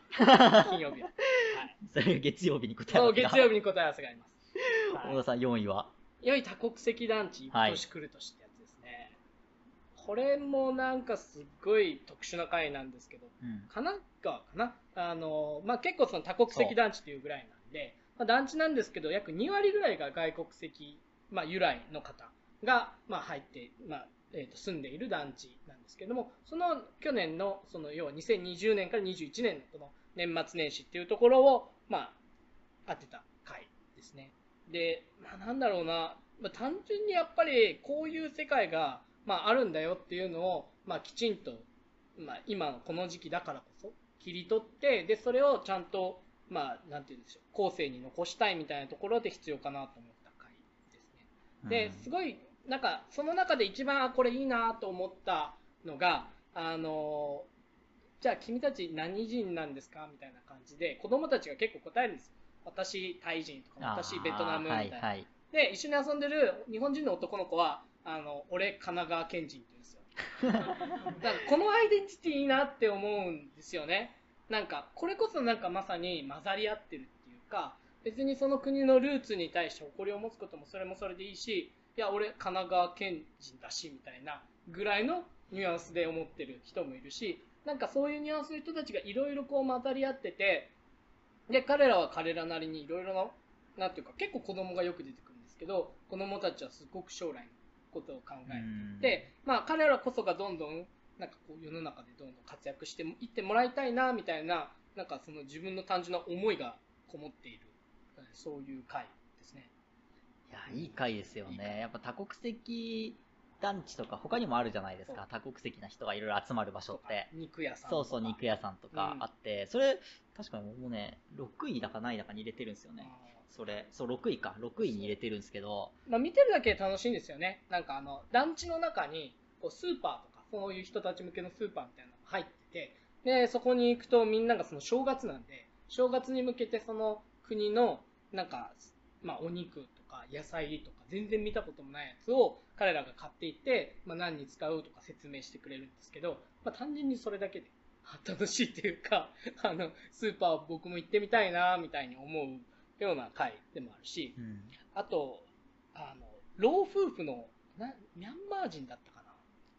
金曜日は。 それが月曜日に答え合わせが。 月曜日に答え合わせがあります。 小田さん4位は 4位多国籍団地、今年来る年ってやつですね。これもなんかすっごい特殊な回なんですけど、神奈川かな、まあ、結構その多国籍団地っていうぐらいなんで、まあ、団地なんですけど、約2割ぐらいが外国籍、まあ、由来の方が、まあ、入って、まあ住んでいる団地なんですけども、その去年の、その要は2020年から21年のこの年末年始っていうところを、まあ、当てた回ですね。で、まあ、なんだろうな、まあ、単純にやっぱりこういう世界が、まあ、あるんだよっていうのを、まあ、きちんと、まあ、今のこの時期だからこそ切り取って、でそれをちゃんと、まあ、なんて言うんでしょう、後世に残したいみたいなところで必要かなと思った回ですね。ですごいなんかその中で一番これいいなと思ったのが、じゃあ君たち何人なんですかみたいな感じで子供たちが結構答えるんですよ。私タイ人とか、私ベトナムみたいな、で一緒に遊んでる日本人の男の子は俺神奈川県人って言うんですよ。だからこのアイデンティティいいなって思うんですよね。なんかこれこそなんかまさに混ざり合ってるっていうか、別にその国のルーツに対して誇りを持つこともそれもそれでいいし、いや俺神奈川県人だしみたいなぐらいのニュアンスで思ってる人もいるし、なんかそういうニュアンスの人たちがいろいろこう混ざり合ってて、で彼らは彼らなりにいろいろな、なんていうか結構子供がよく出てくるんですけど、子供たちはすごく将来のことを考えてて、まあ彼らこそがどんどんなんかこう世の中でどんどん活躍していってもらいたいなみたいな、なんかその自分の単純な思いがこもっている、そういう回ですね。 いや、いい回ですよね。やっぱ多国籍団地とか他にもあるじゃないですか。多国籍な人がいろいろ集まる場所って。 肉屋さんとか。 そうそう、肉屋さんとかあって、それ、確かにもうね、6位だかないだかに入れてるんですよね。それ、そう、6位か。6位に入れてるんですけど。 まあ見てるだけで楽しいんですよね。なんか団地の中に、こうスーパーとか、そういう人たち向けのスーパーみたいなのが入ってて、で、そこに行くとみんながその正月なんで、正月に向けてその国の、なんか、まあお肉とか野菜とか全然見たこともないやつを彼らが買っていって、まあ何に使うとか説明してくれるんですけど、まあ単純にそれだけで楽しいっていうか、スーパー僕も行ってみたいなみたいに思うような回でもあるし、あと、老夫婦のミャンマー人だったか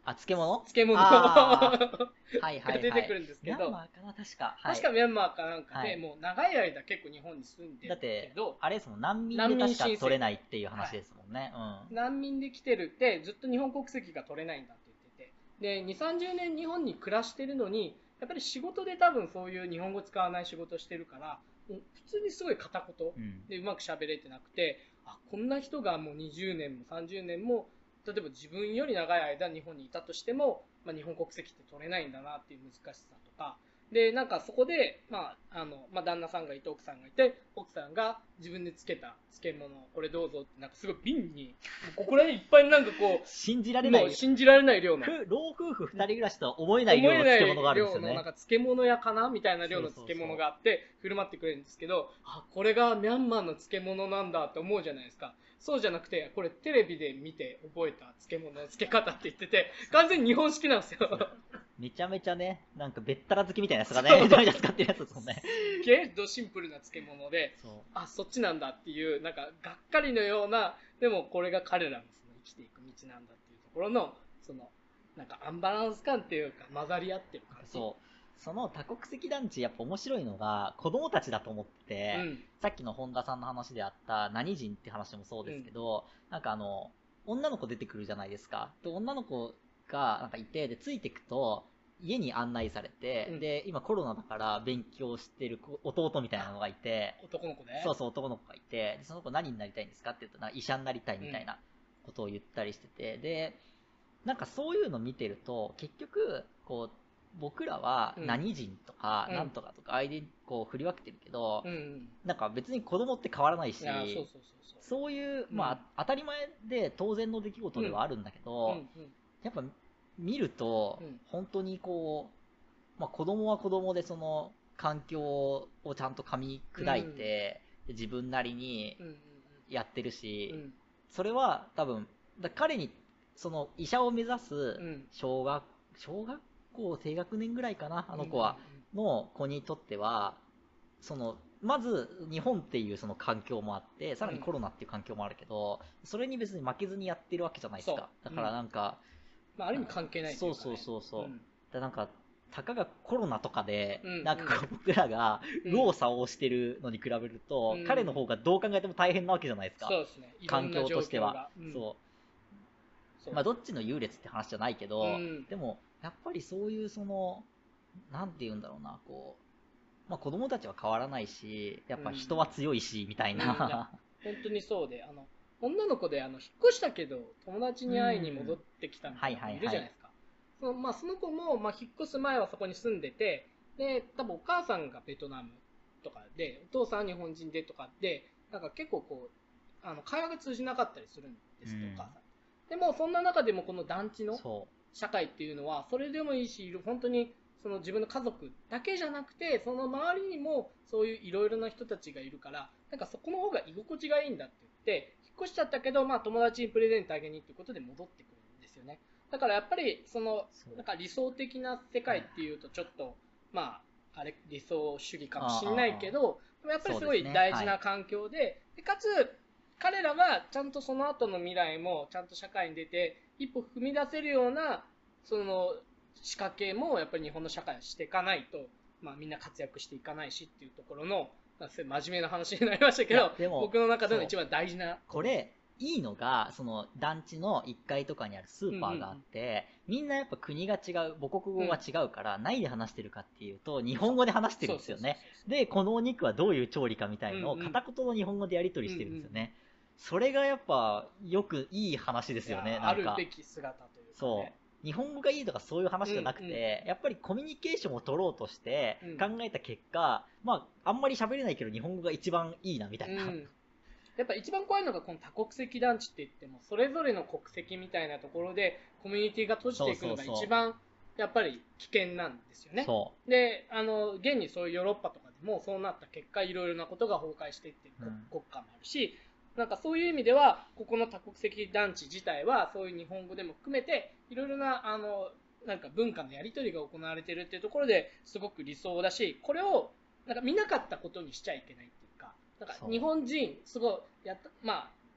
漬物がはいはいはい。 出てくるんですけど、 ミャンマーかな、確か。 確かミャンマーかなんかで、 はいもう長い間結構日本に住んでだっるけてど、 あれですもん、難民で確か取れないっていう話ですもんね。 難民で来てるってずっと日本国籍が取れないんだって言ってて、で2、30年日本に暮らしてるのに、やっぱり仕事で多分そういう日本語使わない仕事してるから、もう普通にすごい片言でうまく喋れてなくて、こんな人がもう20年も30年も例えば自分より長い間日本にいたとしても、日本国籍って取れないんだなっていう難しさとかで、なんかそこで、旦那さんがいて奥さんがいて、奥さんが自分でつけた漬物、これどうぞって、なんかすごい瓶にここら辺いっぱいなんかこう信じられない量の老夫婦2人暮らしとは思えない量の漬物があるんですよね。 なんか漬物屋かなみたいな量の漬物があって振る舞ってくれるんですけど、これがミャンマーの漬物なんだって思うじゃないですか。そうじゃなくて、これテレビで見て覚えた漬物の漬け方って言ってて、完全に日本式なんですよ。 めちゃめちゃね、なんかべったら漬けみたいなやつがね、めちゃめちゃ使ってるやつですもんね。 けどシンプルな漬物で、そっちなんだっていう、なんかがっかりのような、でもこれが彼らのその生きていく道なんだっていうところの、そのなんかアンバランス感っていうか混ざり合ってる感じ。 その多国籍団地やっぱ面白いのが子供たちだと思ってて、さっきの本田さんの話であった何人って話もそうですけど、なんか女の子出てくるじゃないですか。で女の子がなんかいて、でついていくと家に案内されて、で今コロナだから勉強してる弟みたいなのがいて、 男の子ね。 そう男の子がいて、でその子何になりたいんですかって言うと、なんか医者になりたいみたいなことを言ったりしてて、でなんかそういうの見てると結局こう僕らは何人とか何とかとかアイデンこう振り分けてるけど、なんか別に子供って変わらないし、そういう、当たり前で当然の出来事ではあるんだけど、やっぱ見ると本当にこう、子供は子供でその環境をちゃんと噛み砕いて自分なりにやってるし、それは多分彼にその医者を目指す小学校低学年ぐらいかな、あの子は、の子にとっては、そのまず日本っていうその環境もあって、さらにコロナっていう環境もあるけど、それに別に負けずにやってるわけじゃないですか。だからなんか、 ある意味関係ないというか、ね、 だなんかたかがコロナとかで、なんかこう僕らが右往左往してるのに比べると、彼の方がどう考えても大変なわけじゃないですか。 そうですね、 環境としては。どっちの優劣って話じゃないけど、でもやっぱりそういうそのなんて言うんだろうな、こう、子供たちは変わらないし、やっぱ人は強いし、みたいな、 本当にそうで、女の子で引っ越したけど友達に会いに戻ってきたみたいな子いるじゃないですか。その子も、引っ越す前はそこに住んでて、で多分お母さんがベトナムとかでお父さんは日本人でとかで、なんか結構こう会話が通じなかったりするんですよ、お母さん。でもそんな中でもこの団地の社会っていうのはそれでもいいし、本当にその自分の家族だけじゃなくてその周りにもそういういろいろな人たちがいるから、なんかそこの方が居心地がいいんだって言って引っ越しちゃったけど、友達にプレゼントあげにっていうことで戻ってくるんですよね。だからやっぱりそのなんか理想的な世界っていうとちょっとあれ理想主義かもしれないけど、でもやっぱりすごい大事な環境で、かつ彼らがちゃんとその後の未来もちゃんと社会に出て一歩踏み出せるようなその仕掛けもやっぱり日本の社会はしていかないと、みんな活躍していかないしっていうところの、真面目な話になりましたけど、僕の中での一番大事なこれいいのが、その団地の1階とかにあるスーパーがあって、みんなやっぱ国が違う、母国語が違うから、何で話してるかっていうと日本語で話してるんですよね。でこのお肉はどういう調理かみたいのを片言の日本語でやり取りしてるんですよね。それがやっぱよくいい話ですよね。なんかあるべき姿というか、ね、 日本語がいいとかそういう話じゃなくて、やっぱりコミュニケーションを取ろうとして考えた結果、あんまり喋れないけど日本語が一番いいなみたいな、 やっぱ一番怖いのがこの多国籍団地って言ってもそれぞれの国籍みたいなところでコミュニティが閉じていくのが一番やっぱり危険なんですよね。で現にそういうヨーロッパとかでもそうなった結果いろいろなことが崩壊していってる国家もあるし、なんかそういう意味ではここの多国籍団地自体はそういう日本語でも含めていろいろななんか文化のやり取りが行われているっていうところですごく理想だし、これをなんか見なかったことにしちゃいけないっていうか、なんか日本人すごい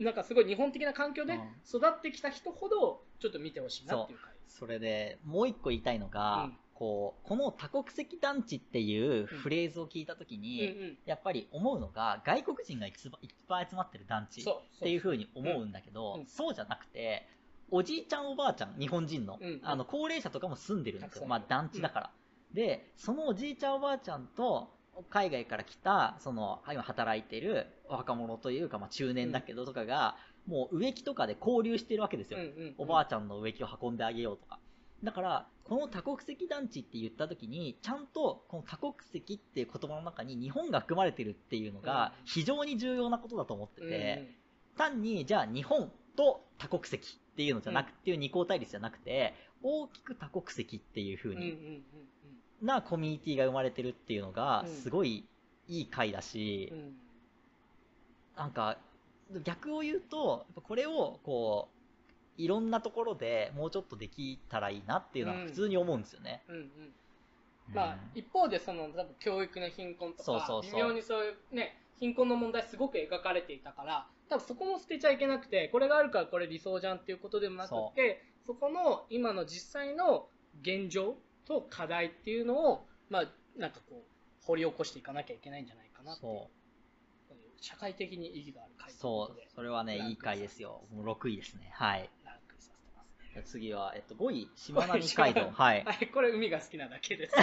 なんかすごい日本的な環境で育ってきた人ほどちょっと見てほしいなっていう回。 それでもう一個言いたいのが、この多国籍団地っていうフレーズを聞いたときに、やっぱり思うのが外国人がいっぱい集まってる団地っていう風に思うんだけど、そうじゃなくて、おじいちゃんおばあちゃん、日本人の、高齢者とかも住んでるんですよ。まあ団地だから。で、そのおじいちゃんおばあちゃんと、海外から来た、今働いてる若者というか、まあ中年だけどとかが、もう植木とかで交流してるわけですよ。おばあちゃんの植木を運んであげようとか。だから、この多国籍団地って言った時に、ちゃんとこの多国籍っていう言葉の中に日本が含まれてるっていうのが非常に重要なことだと思ってて、単にじゃあ日本と多国籍っていうのじゃなくて、二項対立じゃなくて、大きく多国籍っていう風になコミュニティが生まれてるっていうのがすごいいい回だし、なんか逆を言うとこれをこういろんなところでもうちょっとできたらいいなっていうのは普通に思うんですよね。 まあ一方で多分教育の貧困とか微妙にそういうね貧困の問題すごく描かれていたから、多分そこも捨てちゃいけなくて、これがあるからこれ理想じゃんっていうことでもなくて、そこの今の実際の現状と課題っていうのをまあなんかこう掘り起こしていかなきゃいけないんじゃないかなっていう。社会的に意義がある回ということで。 それはねいい回ですよ。もう6位ですね。はい。ランクさせてますね。次は5位しまなみ海道。はい。 これ海が好きなだけです。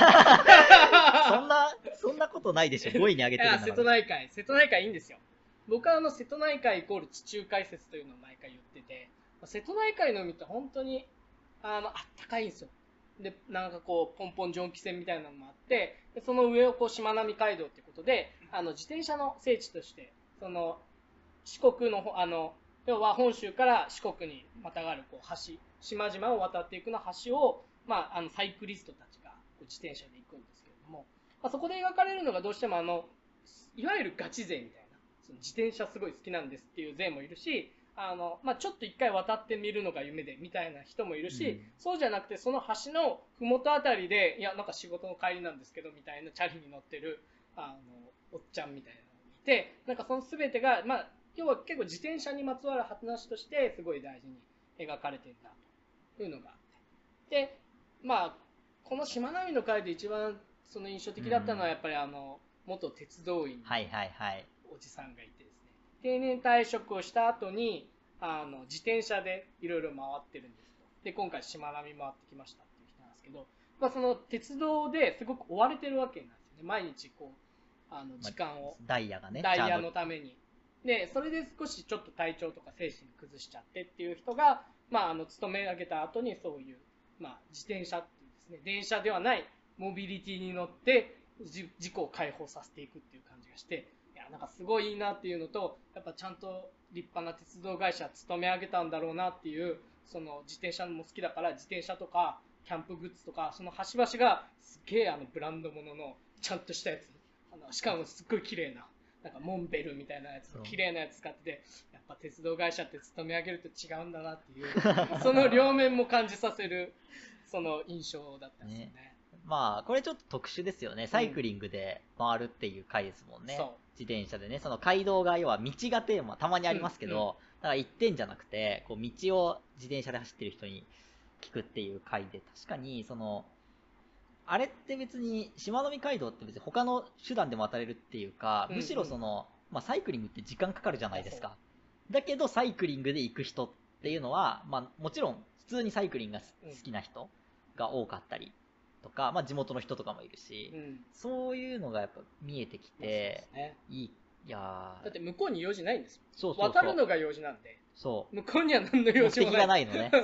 そんなことないでしょ。5位に上げてるんだから。 瀬戸内海いいんですよ。僕は瀬戸内海イコール地中海説というのを毎回言ってて、瀬戸内海の海って本当にあったかいんですよ。でなんかこうポンポン蒸気船みたいなのもあって、でその上をこうしまなみ海道ってことで自転車の聖地として四国の要は本州から四国にまたがるこう橋、島々を渡っていくの橋を、まあ、サイクリストたちが自転車で行くんですけれども、そこで描かれるのがどうしてもいわゆるガチ勢みたいな、自転車すごい好きなんですっていう勢もいるし、ちょっと一回渡ってみるのが夢でみたいな人もいるし、そうじゃなくてその橋の麓あたりでいやなんか仕事の帰りなんですけどみたいなチャリに乗ってるおっちゃんみたいなのがいて、なんかその全てが要は結構自転車にまつわる話としてすごい大事に描かれているなというのがあって、でこのしまなみの会で一番その印象的だったのはやっぱり元鉄道員のおじさんがいてですね、定年退職をした後に自転車でいろいろ回ってるんですと。で今回しまなみ回ってきましたっていう人なんですけど、その鉄道ですごく追われてるわけなんですよね。毎日こう時間を、 ダイヤがね、 ダイヤのために。でそれで少しちょっと体調とか精神崩しちゃってっていう人が、勤め上げた後にそういう、自転車っていうですね、電車ではないモビリティに乗って事故を解放させていくっていう感じがして、いやなんかすごいいいなっていうのと、やっぱちゃんと立派な鉄道会社勤め上げたんだろうなっていう、その自転車も好きだから自転車とかキャンプグッズとかその端々がすげえブランド物のちゃんとしたやつ、しかもすっごい綺麗ななんかモンベルみたいなやつ、綺麗なやつ使ってて、やっぱ鉄道会社って勤め上げると違うんだなっていうその両面も感じさせるその印象だったんですよね。 これちょっと特殊ですよね。サイクリングで回るっていう回ですもんね。自転車でね、その街道が要は道がテーマたまにありますけど、だから一点じゃなくてこう道を自転車で走ってる人に聞くっていう回で、確かにあれって別にしまなみ海道って別に他の手段でも渡れるっていうか、むしろサイクリングって時間かかるじゃないですか。だけどサイクリングで行く人っていうのは、もちろん普通にサイクリングが好きな人が多かったりとか、地元の人とかもいるし、そういうのがやっぱ見えてきて、いやだって向こうに用事ないんですよ。渡るのが用事なんで。向こうには何の用事もない。 目的がないのね。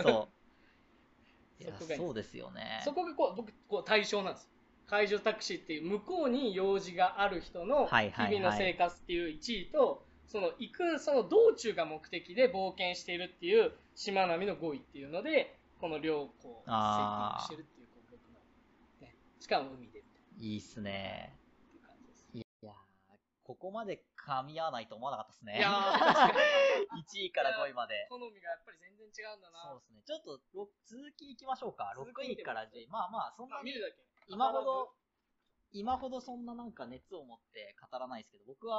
そうですよね。 そこが僕対象なんですよ。海上タクシーっていう向こうに用事がある人の日々の生活っていう1位と、行くその道中が目的で冒険しているっていうしまなみの5位っていうので、この両方セッティングしてるっていう僕の、ね、しかも海でいいっすね。っていう感じです。いやここまで噛み合わないと思わなかったですね。 いや 1位から5位まで。 好みがやっぱり全然違うんだな。 そうですね。ちょっと続きいきましょうか。6位から10位。そんなに見るだけ今ほどそんななんか熱を持って語らないですけど、僕は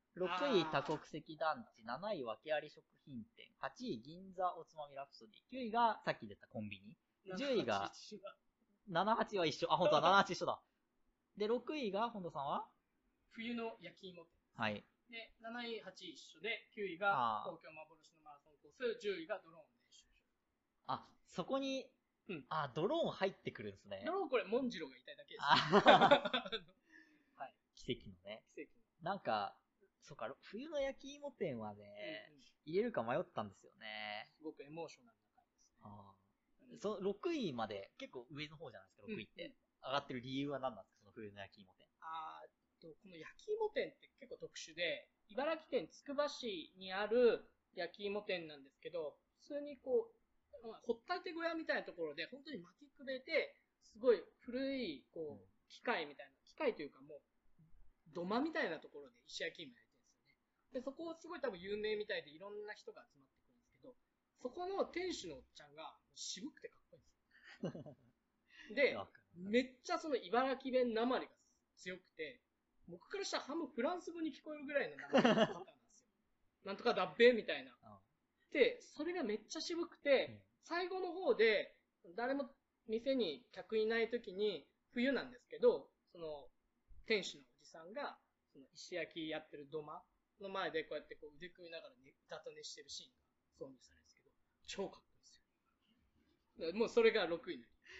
6位多国籍団地、7位訳あり食品店、8位銀座おつまみラプソディ、9位がさっき出たコンビニ、10位が、7、8は一緒。あ、本当だ、7、8一緒だ。で、6位が、本田さんは冬の焼き芋店。 はい。 で、7位、8位一緒で、9位が東京幻のマラソンコース、10位がドローン練習場。 あ、そこに、ドローン入ってくるんですね。 ドローンこれ、モンジローがいたいだけです。 はい。奇跡のね。 奇跡の。 なんか、そうか、冬の焼き芋店はね、入れるか迷ったんですよね。 すごくエモーショナルな回ですね。 その6位まで結構上の方じゃないですか、6位って。上がってる理由は何なんですか、その冬の焼き芋店。 この焼き芋店って結構特殊で、茨城県つくば市にある焼き芋店なんですけど、普通にこう、ほったて小屋みたいなところで、本当に巻きくべて、すごい古い、こう、機械みたいな、機械というかもう、土間みたいなところで石焼き芋焼いてるんですよね。で、そこすごい多分有名みたいでいろんな人が集まってくるんですけど、そこの店主のおっちゃんが渋くてかっこいいんですよ。で、めっちゃその茨城弁なまりが強くて、僕からしたら半分フランス語に聞こえるぐらいの名前の方なんですよ。なんとかだっべみたいな。で、それがめっちゃ渋くて、最後の方で、誰も店に客いない時に、冬なんですけど、その、店主のおじさんが、その石焼きやってる土間の前でこうやってこう腕組みながら歌と寝してるシーンが挿入されるんですけど、超かっこいいですよ。もうそれが6位になります。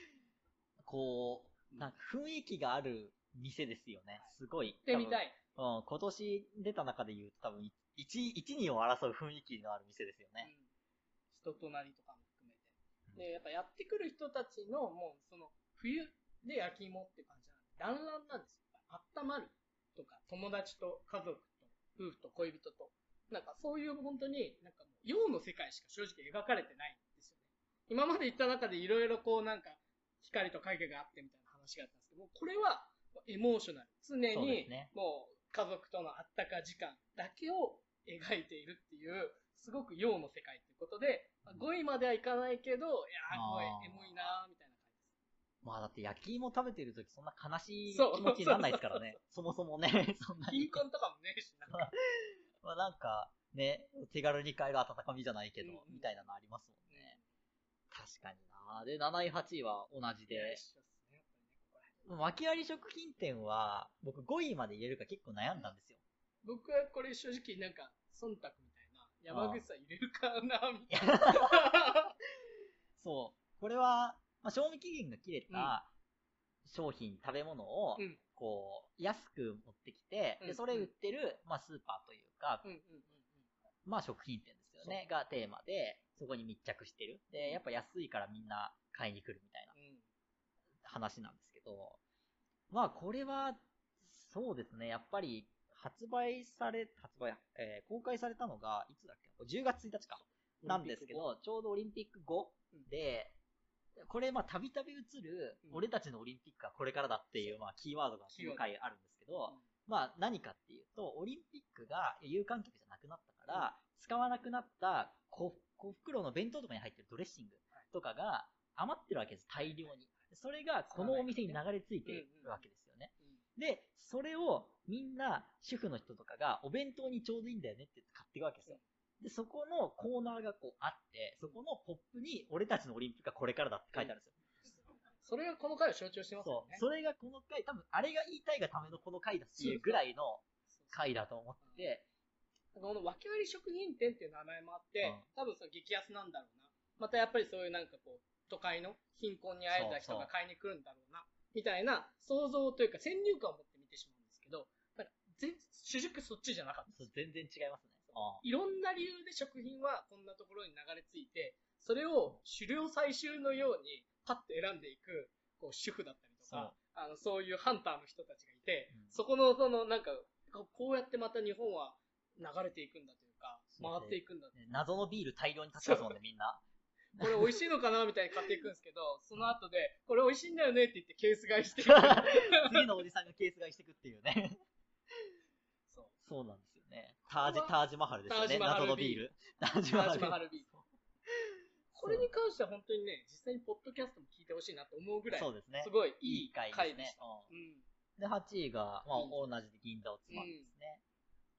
こう、なんか雰囲気がある店ですよね。すごい。 行ってみたい。 今年出た中で言うと多分1、2を争う雰囲気のある店ですよね。 人となりとかも含めて。で、やっぱやってくる人たちのもうその冬で焼き芋って感じなんで、団らんなんですよ。温まるとか、友達と家族と夫婦と恋人と。なんかそういう本当になんかもう陽の世界しか正直描かれてないんですよね。今まで言った中でいろいろこうなんか光と影があってみたいな話があったんですけど、これはエモーショナル。常にもう家族とのあったか時間だけを描いているっていう、すごく陽の世界っていうことで、5位まではいかないけど、いやー、エモいなーみたいな感じです。 まあだって焼き芋食べてるときそんな悲しい気持ちにならないですからね。そもそもね、そんなに。 貧困とかもねえし、なんか。 まあなんか、ね、手軽に買える温かみじゃないけど、みたいなのありますもんね。確かにな。で、7位、8位は同じで。訳あり食品店は、僕5位まで入れるか結構悩んだんですよ。 僕はこれ正直なんか、忖度みたいな、山口さん入れるかな、みたいな。 そう。これは、まあ、賞味期限が切れた商品、食べ物を、こう、安く持ってきて、で、それ売ってる、まあ、スーパーというか、まあ、食品店ですよね、がテーマで、そこに密着してる。で、やっぱ安いからみんな買いに来るみたいな話なんですけど、まあ、これは、そうですね、やっぱり、公開されたのが、いつだっけ ?10 月1日か。なんですけど、ちょうどオリンピック後で、これ、まあ、たびたび映る、俺たちのオリンピックはこれからだっていう、まあ、キーワードが今回あるんですけど、まあ、何かっていうと、オリンピックが有観客じゃなくなったから、使わなくなった小袋の弁当とかに入ってるドレッシングとかが余ってるわけです、大量に。それがこのお店に流れ着いてるわけですよね。で、それをみんな主婦の人とかがお弁当にちょうどいいんだよねって言って買っていくわけですよ。で、そこのコーナーがこうあって、そこのポップに俺たちのオリンピックはこれからだって書いてあるんですよ。 それがこの回を象徴してますよね。 そう。それがこの回、多分あれが言いたいがためのこの回だっていうぐらいの回だと思って、 この訳あり食品店っていう名前もあって、多分その激安なんだろうな。またやっぱりそういうなんかこう、都会の貧困にあえた人が買いに来るんだろうな。みたいな想像というか先入観を持って見てしまうんですけど、主軸そっちじゃなかったです。 全然違いますね。 いろんな理由で食品はこんなところに流れ着いて、それを狩猟採集のようにパッと選んでいく、こう主婦だったりとか、そういうハンターの人たちがいて、そこのそのなんか、こうやってまた日本は流れていくんだというか、回っていくんだというか。 謎のビール大量に立ちますもんね、みんな。 これ美味しいのかなみたいに買っていくんですけど、その後で、これ美味しいんだよねって言ってケース買いして次のおじさんがケース買いしていくっていうね。そうなんですよね。タージマハルですよね。謎のビール。 タージマハルビール。これに関しては本当にね、実際にポッドキャストも聞いてほしいなと思うぐらい、 そうですね。 すごいいい回でした。 で、8位が、まあ、同じで銀座おつまみですね。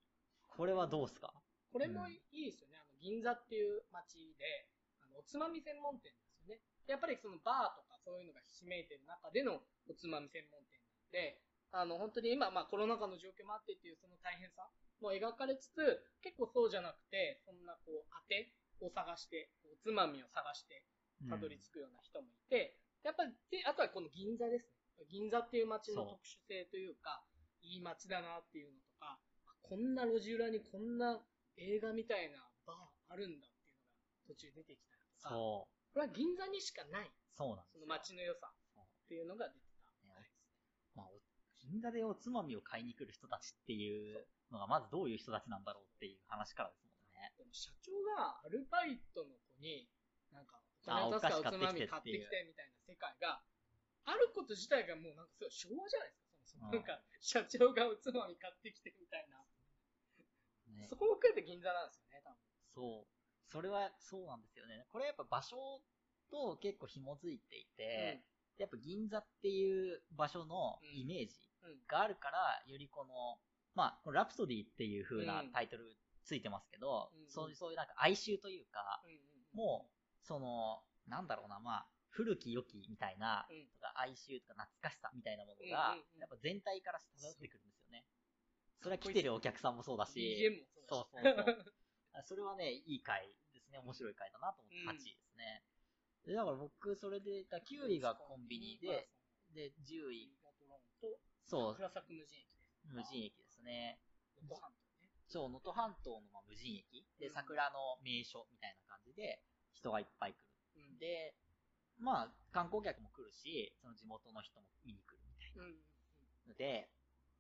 これはどうすか？ これもいいですよね。銀座っていう街で、おつまみ専門店ですよね。やっぱりそのバーとかそういうのがひしめいてる中でのおつまみ専門店なんで、本当に今、コロナ禍の状況もあってっていうその大変さも描かれつつ、結構そうじゃなくて、そんな当てを探して、おつまみを探して、たどり着くような人もいて、やっぱり、あとはこの銀座ですね。銀座っていう街の特殊性というか、いい街だなっていうのとか、こんな路地裏にこんな映画みたいなバーあるんだっていうのが途中出てきたりとか、これは銀座にしかない、 そうなんですよ。 その街の良さっていうのが出てた、 銀座でおつまみを買いに来る人たちっていうのがまずどういう人たちなんだろうっていう話からですもんね。 でも社長がアルバイトの子に、なんか、お金を出すからおつまみ買ってきてみたいな世界があること自体がもうなんかすごい昭和じゃないですか。なんか、社長がおつまみ買ってきてみたいな。ね、そこも含めて銀座なんですよね、多分。 そう。それはそうなんですよね。これやっぱ場所と結構紐づいていて、やっぱ銀座っていう場所のイメージがあるから、よりこの、ラプソディっていう風なタイトルついてますけど、そういうなんか哀愁というか、もう、なんだろうな、古き良きみたいな、哀愁とか懐かしさみたいなものが、やっぱ全体から漂ってくるんですよね。それは来てるお客さんもそうだし、 BGM もそうだし。そう。それはね、いい回ですね。面白い回だなと思って8位ですね。でだから僕、それで、9位がコンビニで、10位。 そう。桜咲無人駅です。 無人駅ですね。 能登半島ね。 そう、能登半島の無人駅。で、桜の名所みたいな感じで、人がいっぱい来る。で、観光客も来るし、その地元の人も見に来るみたいな。ので、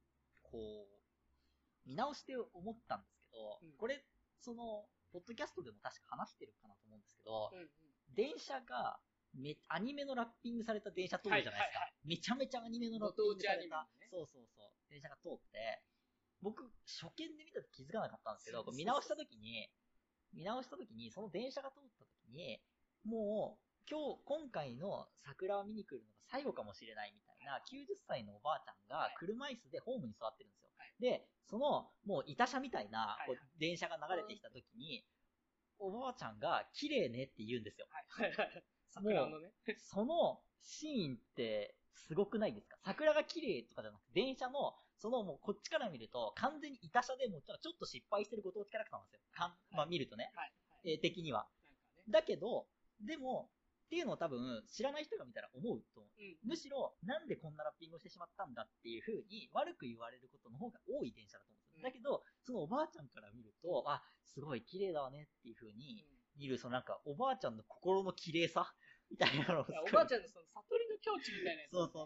見直して思ったんですけど、これ、ポッドキャストでも確か話してるかなと思うんですけど、電車が、アニメのラッピングされた電車通るじゃないですか。めちゃめちゃアニメのラッピングされた、そう。電車が通って、僕、初見で見たと気づかなかったんですけど、見直した時に、その電車が通った時に、もう、今回の桜を見に来るのが最後かもしれないみたいな、90歳のおばあちゃんが車椅子でホームに座ってるんですよ。で、もう、板車みたいな、電車が流れてきた時に、おばあちゃんが綺麗ねって言うんですよ。 桜のね。 そのシーンってすごくないですか？桜が綺麗とかじゃなくて、電車の、もうこっちから見ると、完全に板車でもちょっと失敗してるご当地キャラクターなんですよ。見るとね。的には。だけど、でも、っていうのを多分、知らない人が見たら思うと、むしろ、なんでこんなラッピングをしてしまったんだっていう風に、悪く言われることの方が多い電車だと思うんですよ。だけど、そのおばあちゃんから見ると、すごい綺麗だわねっていう風に、見る、なんか、おばあちゃんの心の綺麗さみたいなのを。 おばあちゃんの悟りの境地みたいなやつ、ね。 そう。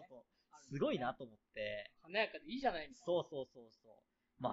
すごいなと思って。 華やかでいいじゃないみたいな。 そう。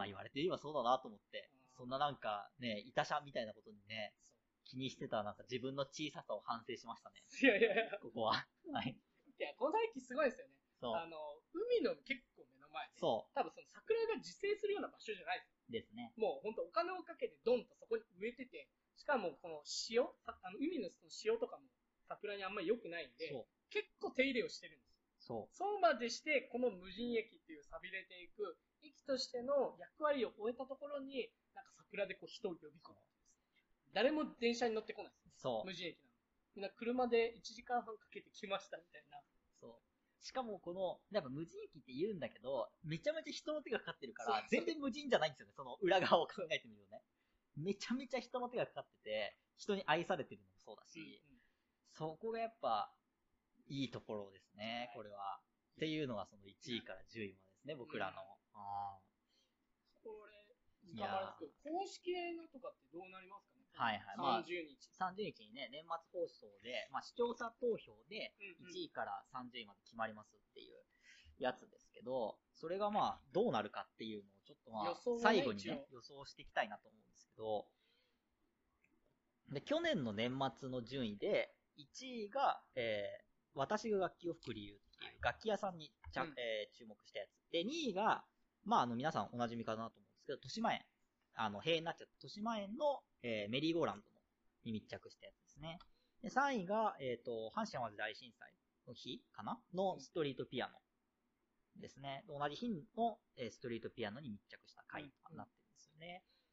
言われてみればそうだなと思って。そんななんか、ね、板車みたいなことにね、気にしてたなんか自分の小ささを反省しましたね。 いや。 ここは。はい。 いや、この駅すごいですよね。海の結構目の前で。多分桜が自生するような場所じゃないですね。 もう本当お金をかけてドンとそこに植えてて、しかもこの海の潮とかも桜にあんまり良くないんで、結構手入れをしてるんですよ。そうまでして、この無人駅っていう錆びれていく、駅としての役割を終えたところに、なんか桜で人を呼び込む。誰も電車に乗ってこないです。無人駅なの。みんな車で1時間半かけて来ましたみたいな。 しかもやっぱ無人駅って言うんだけど、めちゃめちゃ人の手がかかってるから、全然無人じゃないんですよね。その裏側を考えてみるとね。めちゃめちゃ人の手がかかってて、人に愛されてるのもそうだし、そこがやっぱ、いいところですね、これは。っていうのがその1位から10位までですね、僕らの。 これ、公式映画とかってどうなりますかね？ はい。 30日。 30日にね、年末放送で、視聴者投票で1位から30位まで決まりますっていうやつですけど、それがどうなるかっていうのをちょっと最後にね、予想していきたいなと思うんですけど、で、去年の年末の順位で、1位が、私が楽器を吹く理由っていう楽器屋さんに注目したやつ。で、2位が、皆さんお馴染みかなと思うんですけど、豊島園。閉園になっちゃった豊島園の、メリーゴーランドに密着したやつですね。で、3位が、阪神淡路大震災の日かなのストリートピアノですね。同じ日の、ストリートピアノに密着した回となってるんですよね。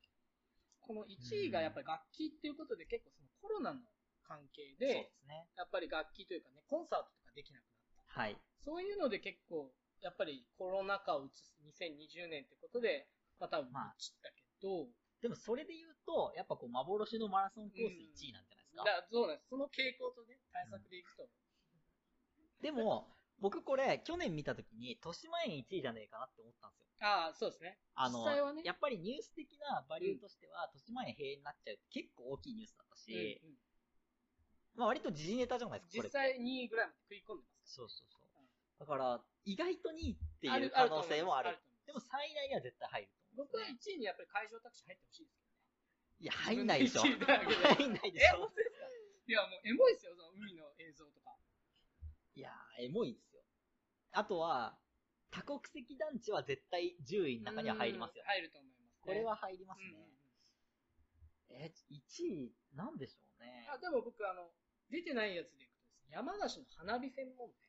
この1位がやっぱり楽器っていうことで結構そのコロナの関係で、 そうですね。 やっぱり楽器というかね、コンサートとかできなくなった。 はい。 そういうので結構、やっぱりコロナ禍を移す2020年ってことで、まあ多分移ったけど、 でもそれで言うと、やっぱこう幻のマラソンコース1位なんじゃないですか。 そうなんです。その傾向とね、対策でいくと。 でも、僕これ、去年見たときに、豊島園1位じゃねえかなって思ったんですよ。 ああ、そうですね。実際はね。 やっぱりニュース的なバリューとしては、豊島園閉園になっちゃうって結構大きいニュースだったし、まあ割と時事ネタじゃないですか、 実際2位ぐらいまで食い込んでます。 そうそうそう。だから、意外と2位っていう可能性もある。でも3位以内には絶対入ると思う。 僕は1位にやっぱり海上タクシー入ってほしいですけどね。 いや、入んないでしょ。入んないでしょ。 本当ですか？いや、もうエモいですよ、その海の映像とか。 いやー、エモいですよ。あとは、多国籍団地は絶対10位の中には入りますよ。 入ると思います、ね。 これは入りますね。1位、なんでしょうね。 でも僕、出てないやつでいくとですね、山梨の花火専門店。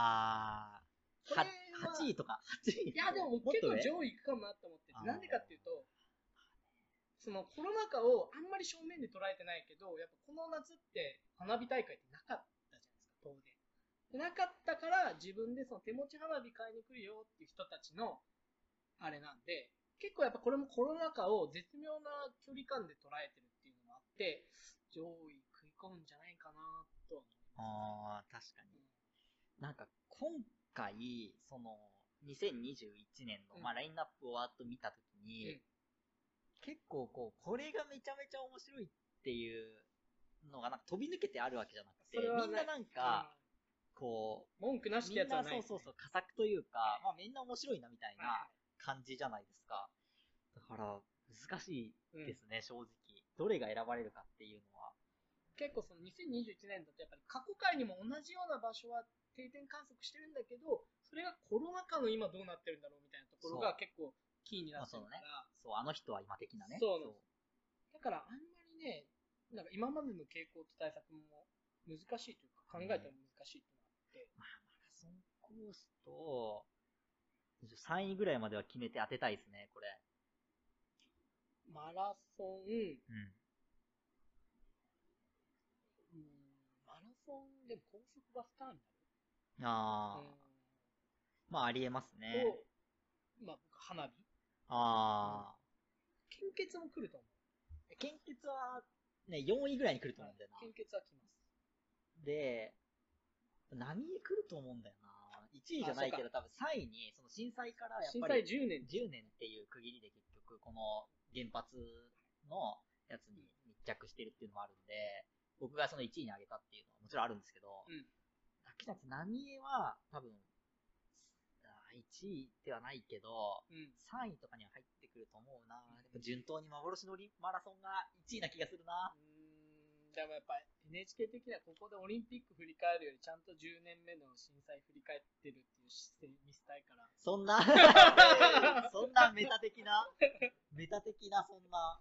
8位とか、8位。 いや、でも結構上位いくかもなと思ってて、なんでかっていうと、そのコロナ禍をあんまり正面で捉えてないけど、やっぱこの夏って花火大会ってなかったじゃないですか、当然。でなかったから自分でその手持ち花火買いに来るよっていう人たちのあれなんで、結構やっぱこれもコロナ禍を絶妙な距離感で捉えてるっていうのもあって、上位食い込むんじゃないかなとは思います。確かに。なんか今回、その2021年の、ラインナップをわーっと見たときに、結構これがめちゃめちゃ面白いっていうのがなんか飛び抜けてあるわけじゃなくて、みんななんか、 文句なしってやつはない、 みんなそう、佳作というか、まあみんな面白いなみたいな感じじゃないですか。だから、難しいですね、正直。どれが選ばれるかっていうのは。 結構その2021年だとやっぱり過去回にも同じような場所は定点観測してるんだけど、それがコロナ禍の今どうなってるんだろうみたいなところが結構キーになってるから。 そう、あの人は今的なね。 そうだからあんまりね、なんか今までの傾向と対策も難しいというか、考えたら難しいっていうのがあって。 マラソンコースと、3位ぐらいまでは決めて当てたいですね、これ。 マラソン、マラソンでも高速バスターミナル？ まあありえますね。 まあ僕花火？献血も来ると思う。 献血はね、4位ぐらいに来ると思うんだよな。 献血は来ます。 で、波へ来ると思うんだよな。1位じゃないけど多分3位に、その震災からやっぱり 10年っていう区切りで結局この原発のやつに密着してるっていうのもあるんで、僕がその1位に上げたっていうのはもちろんあるんですけど、だけじゃなくて浪江は多分、1位ではないけど、3位とかには入ってくると思うな。やっぱ順当に幻のマラソンが1位な気がするな。 でもやっぱ NHK 的にはここでオリンピック振り返るよりちゃんと10年目の震災振り返ってるっていう姿勢見せたいから。 そんなそんなメタ的な、そんな。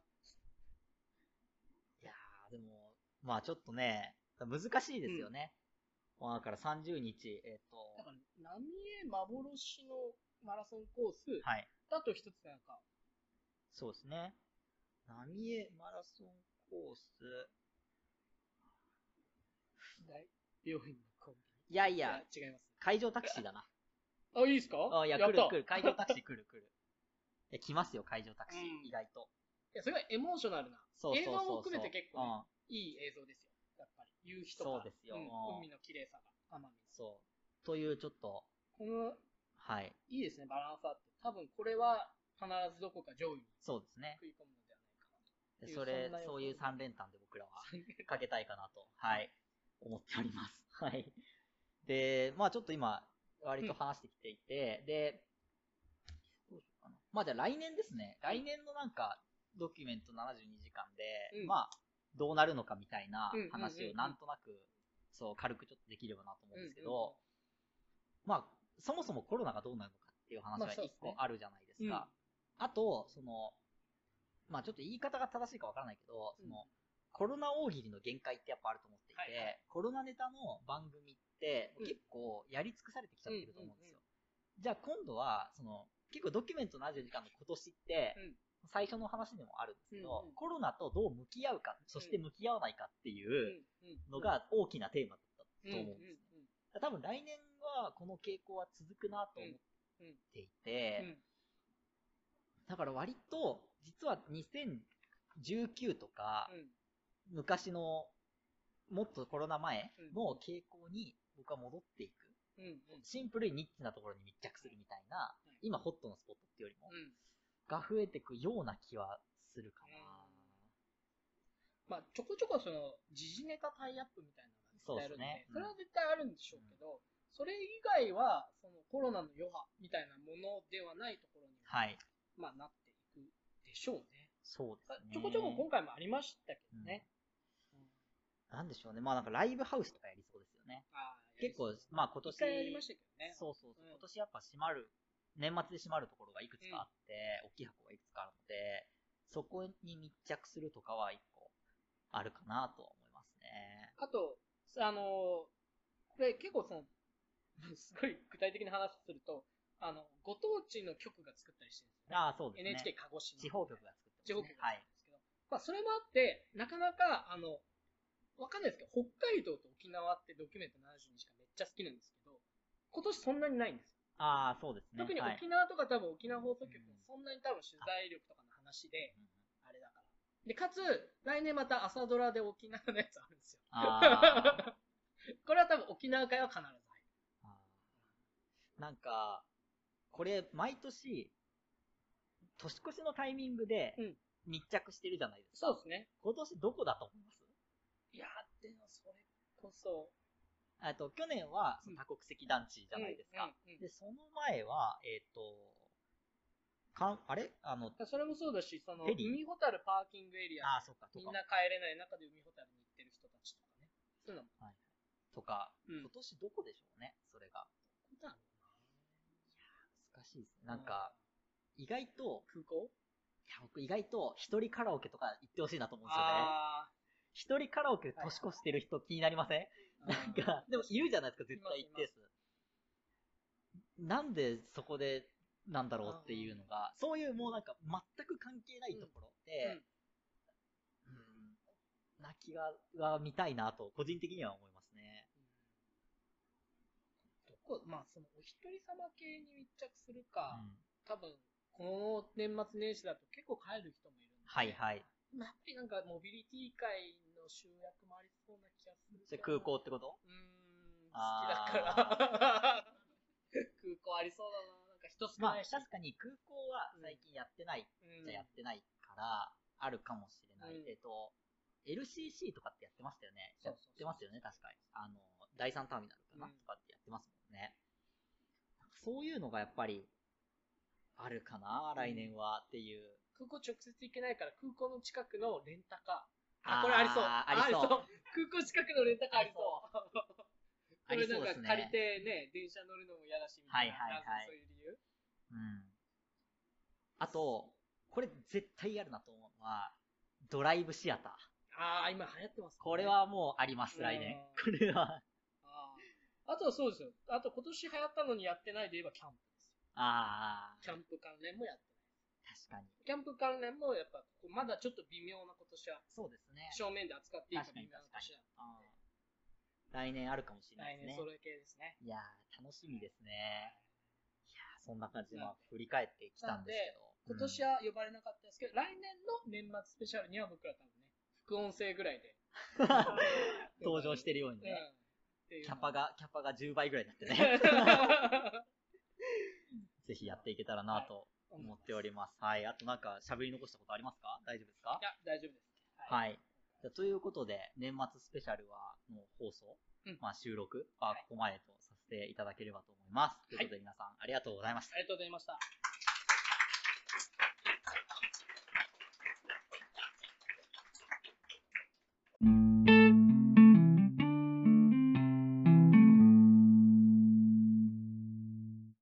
いやー、でも、まあちょっとね、難しいですよね。だから30日、 だから、浪江幻のマラソンコース、だと一つなんか。 そうですね。浪江マラソンコース。 病院のコンビニ。 いやいや、 違います。 海上タクシーだな。 いいですか？ いや、来る。海上タクシー来る。いや、来ますよ、海上タクシー。意外と。 いや、それはエモーショナルな。映像も含めて結構、いい映像ですよ。やっぱり。夕日とか。 そうですよ。 海の綺麗さが、奄美の。 そう。というちょっと。 この、いいですね、バランスあって。多分これは必ずどこか上位に。 そうですね。 食い込むのではないかなと。 そういう3連単で僕らはかけたいかなと、思っております。で、まあちょっと今、割と話してきていて、で、どうしようかな。まあじゃあ来年ですね。来年のなんか、ドキュメント72時間で、まあ、どうなるのかみたいな話をなんとなく、そう軽くちょっとできればなと思うんですけど、まあ、そもそもコロナがどうなるのかっていう話は一個あるじゃないですか。あと、まあちょっと言い方が正しいかわからないけど、コロナ大喜利の限界ってやっぱあると思っていて、コロナネタの番組って結構やり尽くされてきちゃってると思うんですよ。じゃあ今度は、結構ドキュメント72時間の今年って、 最初の話でもあるんですけど、 うんうん、 コロナとどう向き合うか、そして向き合わないかっていうのが大きなテーマだったと思うんですね。多分来年はこの傾向は続くなと思っていて、だから割と、実は2019とか、昔のもっとコロナ前の傾向に僕は戻っていく。シンプルにニッチなところに密着するみたいな、今ホットのスポットっていうよりも、が増えていくような気はするかな。 まあ、ちょこちょこその、時事ネタタイアップみたいなのが絶対あるんで、それは絶対あるんでしょうけど、それ以外は、そのコロナの余波みたいなものではないところには、まあ、なっていくでしょうね。 そうですね。 ちょこちょこ今回もありましたけどね。 なんでしょうね。まあなんかライブハウスとかやりそうですよね。結構、まあ今年。 一回やりましたけどね。 そう。今年やっぱ年末で閉まるところがいくつかあって、大きい箱がいくつかあるので、そこに密着するとかは一個あるかなと思いますね。 あと、これ結構すごい具体的な話すると、ご当地の局が作ったりしてるんですよね。 そうですね。 NHK 鹿児島。 地方局が作ってますね。 地方局が作ってるんですけど、まあそれもあって、なかなか、わかんないですけど、北海道と沖縄ってドキュメント72時間めっちゃ好きなんですけど、今年そんなにないんですよ。 そうですね。 特に沖縄とか多分沖縄放送局もそんなに多分取材力とかの話で、あれだから。で、かつ、来年また朝ドラで沖縄のやつあるんですよ。これは多分沖縄会は必ず入る。 なんか、これ毎年、年越しのタイミングで密着してるじゃないですか。 そうですね。 今年どこだと思います？ いやでもそれこそ。 去年は多国籍団地じゃないですか。で、その前は、 それもそうだし、海ほたるパーキングエリア。みんな帰れない中で海ほたるに行ってる人たちとかね。そういうのも。 とか、今年どこでしょうね、それが。 どこだろういや難しいですね。なんか、意外と、 空港？ いや、僕意外と一人カラオケとか行ってほしいなと思うんですよね。一人カラオケで年越してる人気になりません？なんか、でもいるじゃないですか、絶対一定数。なんでそこで、なんだろうっていうのが、そういうもうなんか全く関係ないところで、泣きが見たいなと、個人的には思いますね。 まあ、お一人様系に密着するか、多分、この年末年始だと結構帰る人もいるんで。やっぱりなんか、モビリティ界の集約もありそうな気がする。 それ空港ってこと？ 好きだから。空港ありそうだな。なんか人少ないし。 確かに空港は最近やってない、じゃやってないから、あるかもしれない。LCC とかってやってましたよね。やってますよね、確かに。第3ターミナルかな、とかってやってますもんね。そういうのがやっぱり、あるかな、来年はっていう。 空港直接行けないから、空港の近くのレンタカー。これありそう。ありそう。空港近くのレンタカーありそう。これなんか借りてね、電車乗るのも嫌だし、みたいな。そういう理由？ あと、これ絶対やるなと思うのは、ドライブシアター。今流行ってますね。 これはもうあります、来年。これは。 あとはそうですよ。あと今年流行ったのにやってないで言えばキャンプですよ。キャンプ関連もやってない。 確かに。 キャンプ関連もやっぱ、まだちょっと微妙な今年は。 そうですね。 正面で扱っていいか微妙な年だ。 来年あるかもしれないですね。 来年それ系ですね。 いやー、楽しみですね。いやー、そんな感じで振り返ってきたんですけど。 今年は呼ばれなかったですけど、来年の年末スペシャルには僕ら多分ね、副音声ぐらいで。 登場してるようにね。キャパが10倍ぐらいになってね。ぜひやっていけたらなと思っております。はい。あとなんか喋り残したことありますか？大丈夫ですか？ いや、大丈夫です。 はい。ということで、年末スペシャルの放送、収録はここまでとさせていただければと思います。ということで皆さんありがとうございました。 ありがとうございました。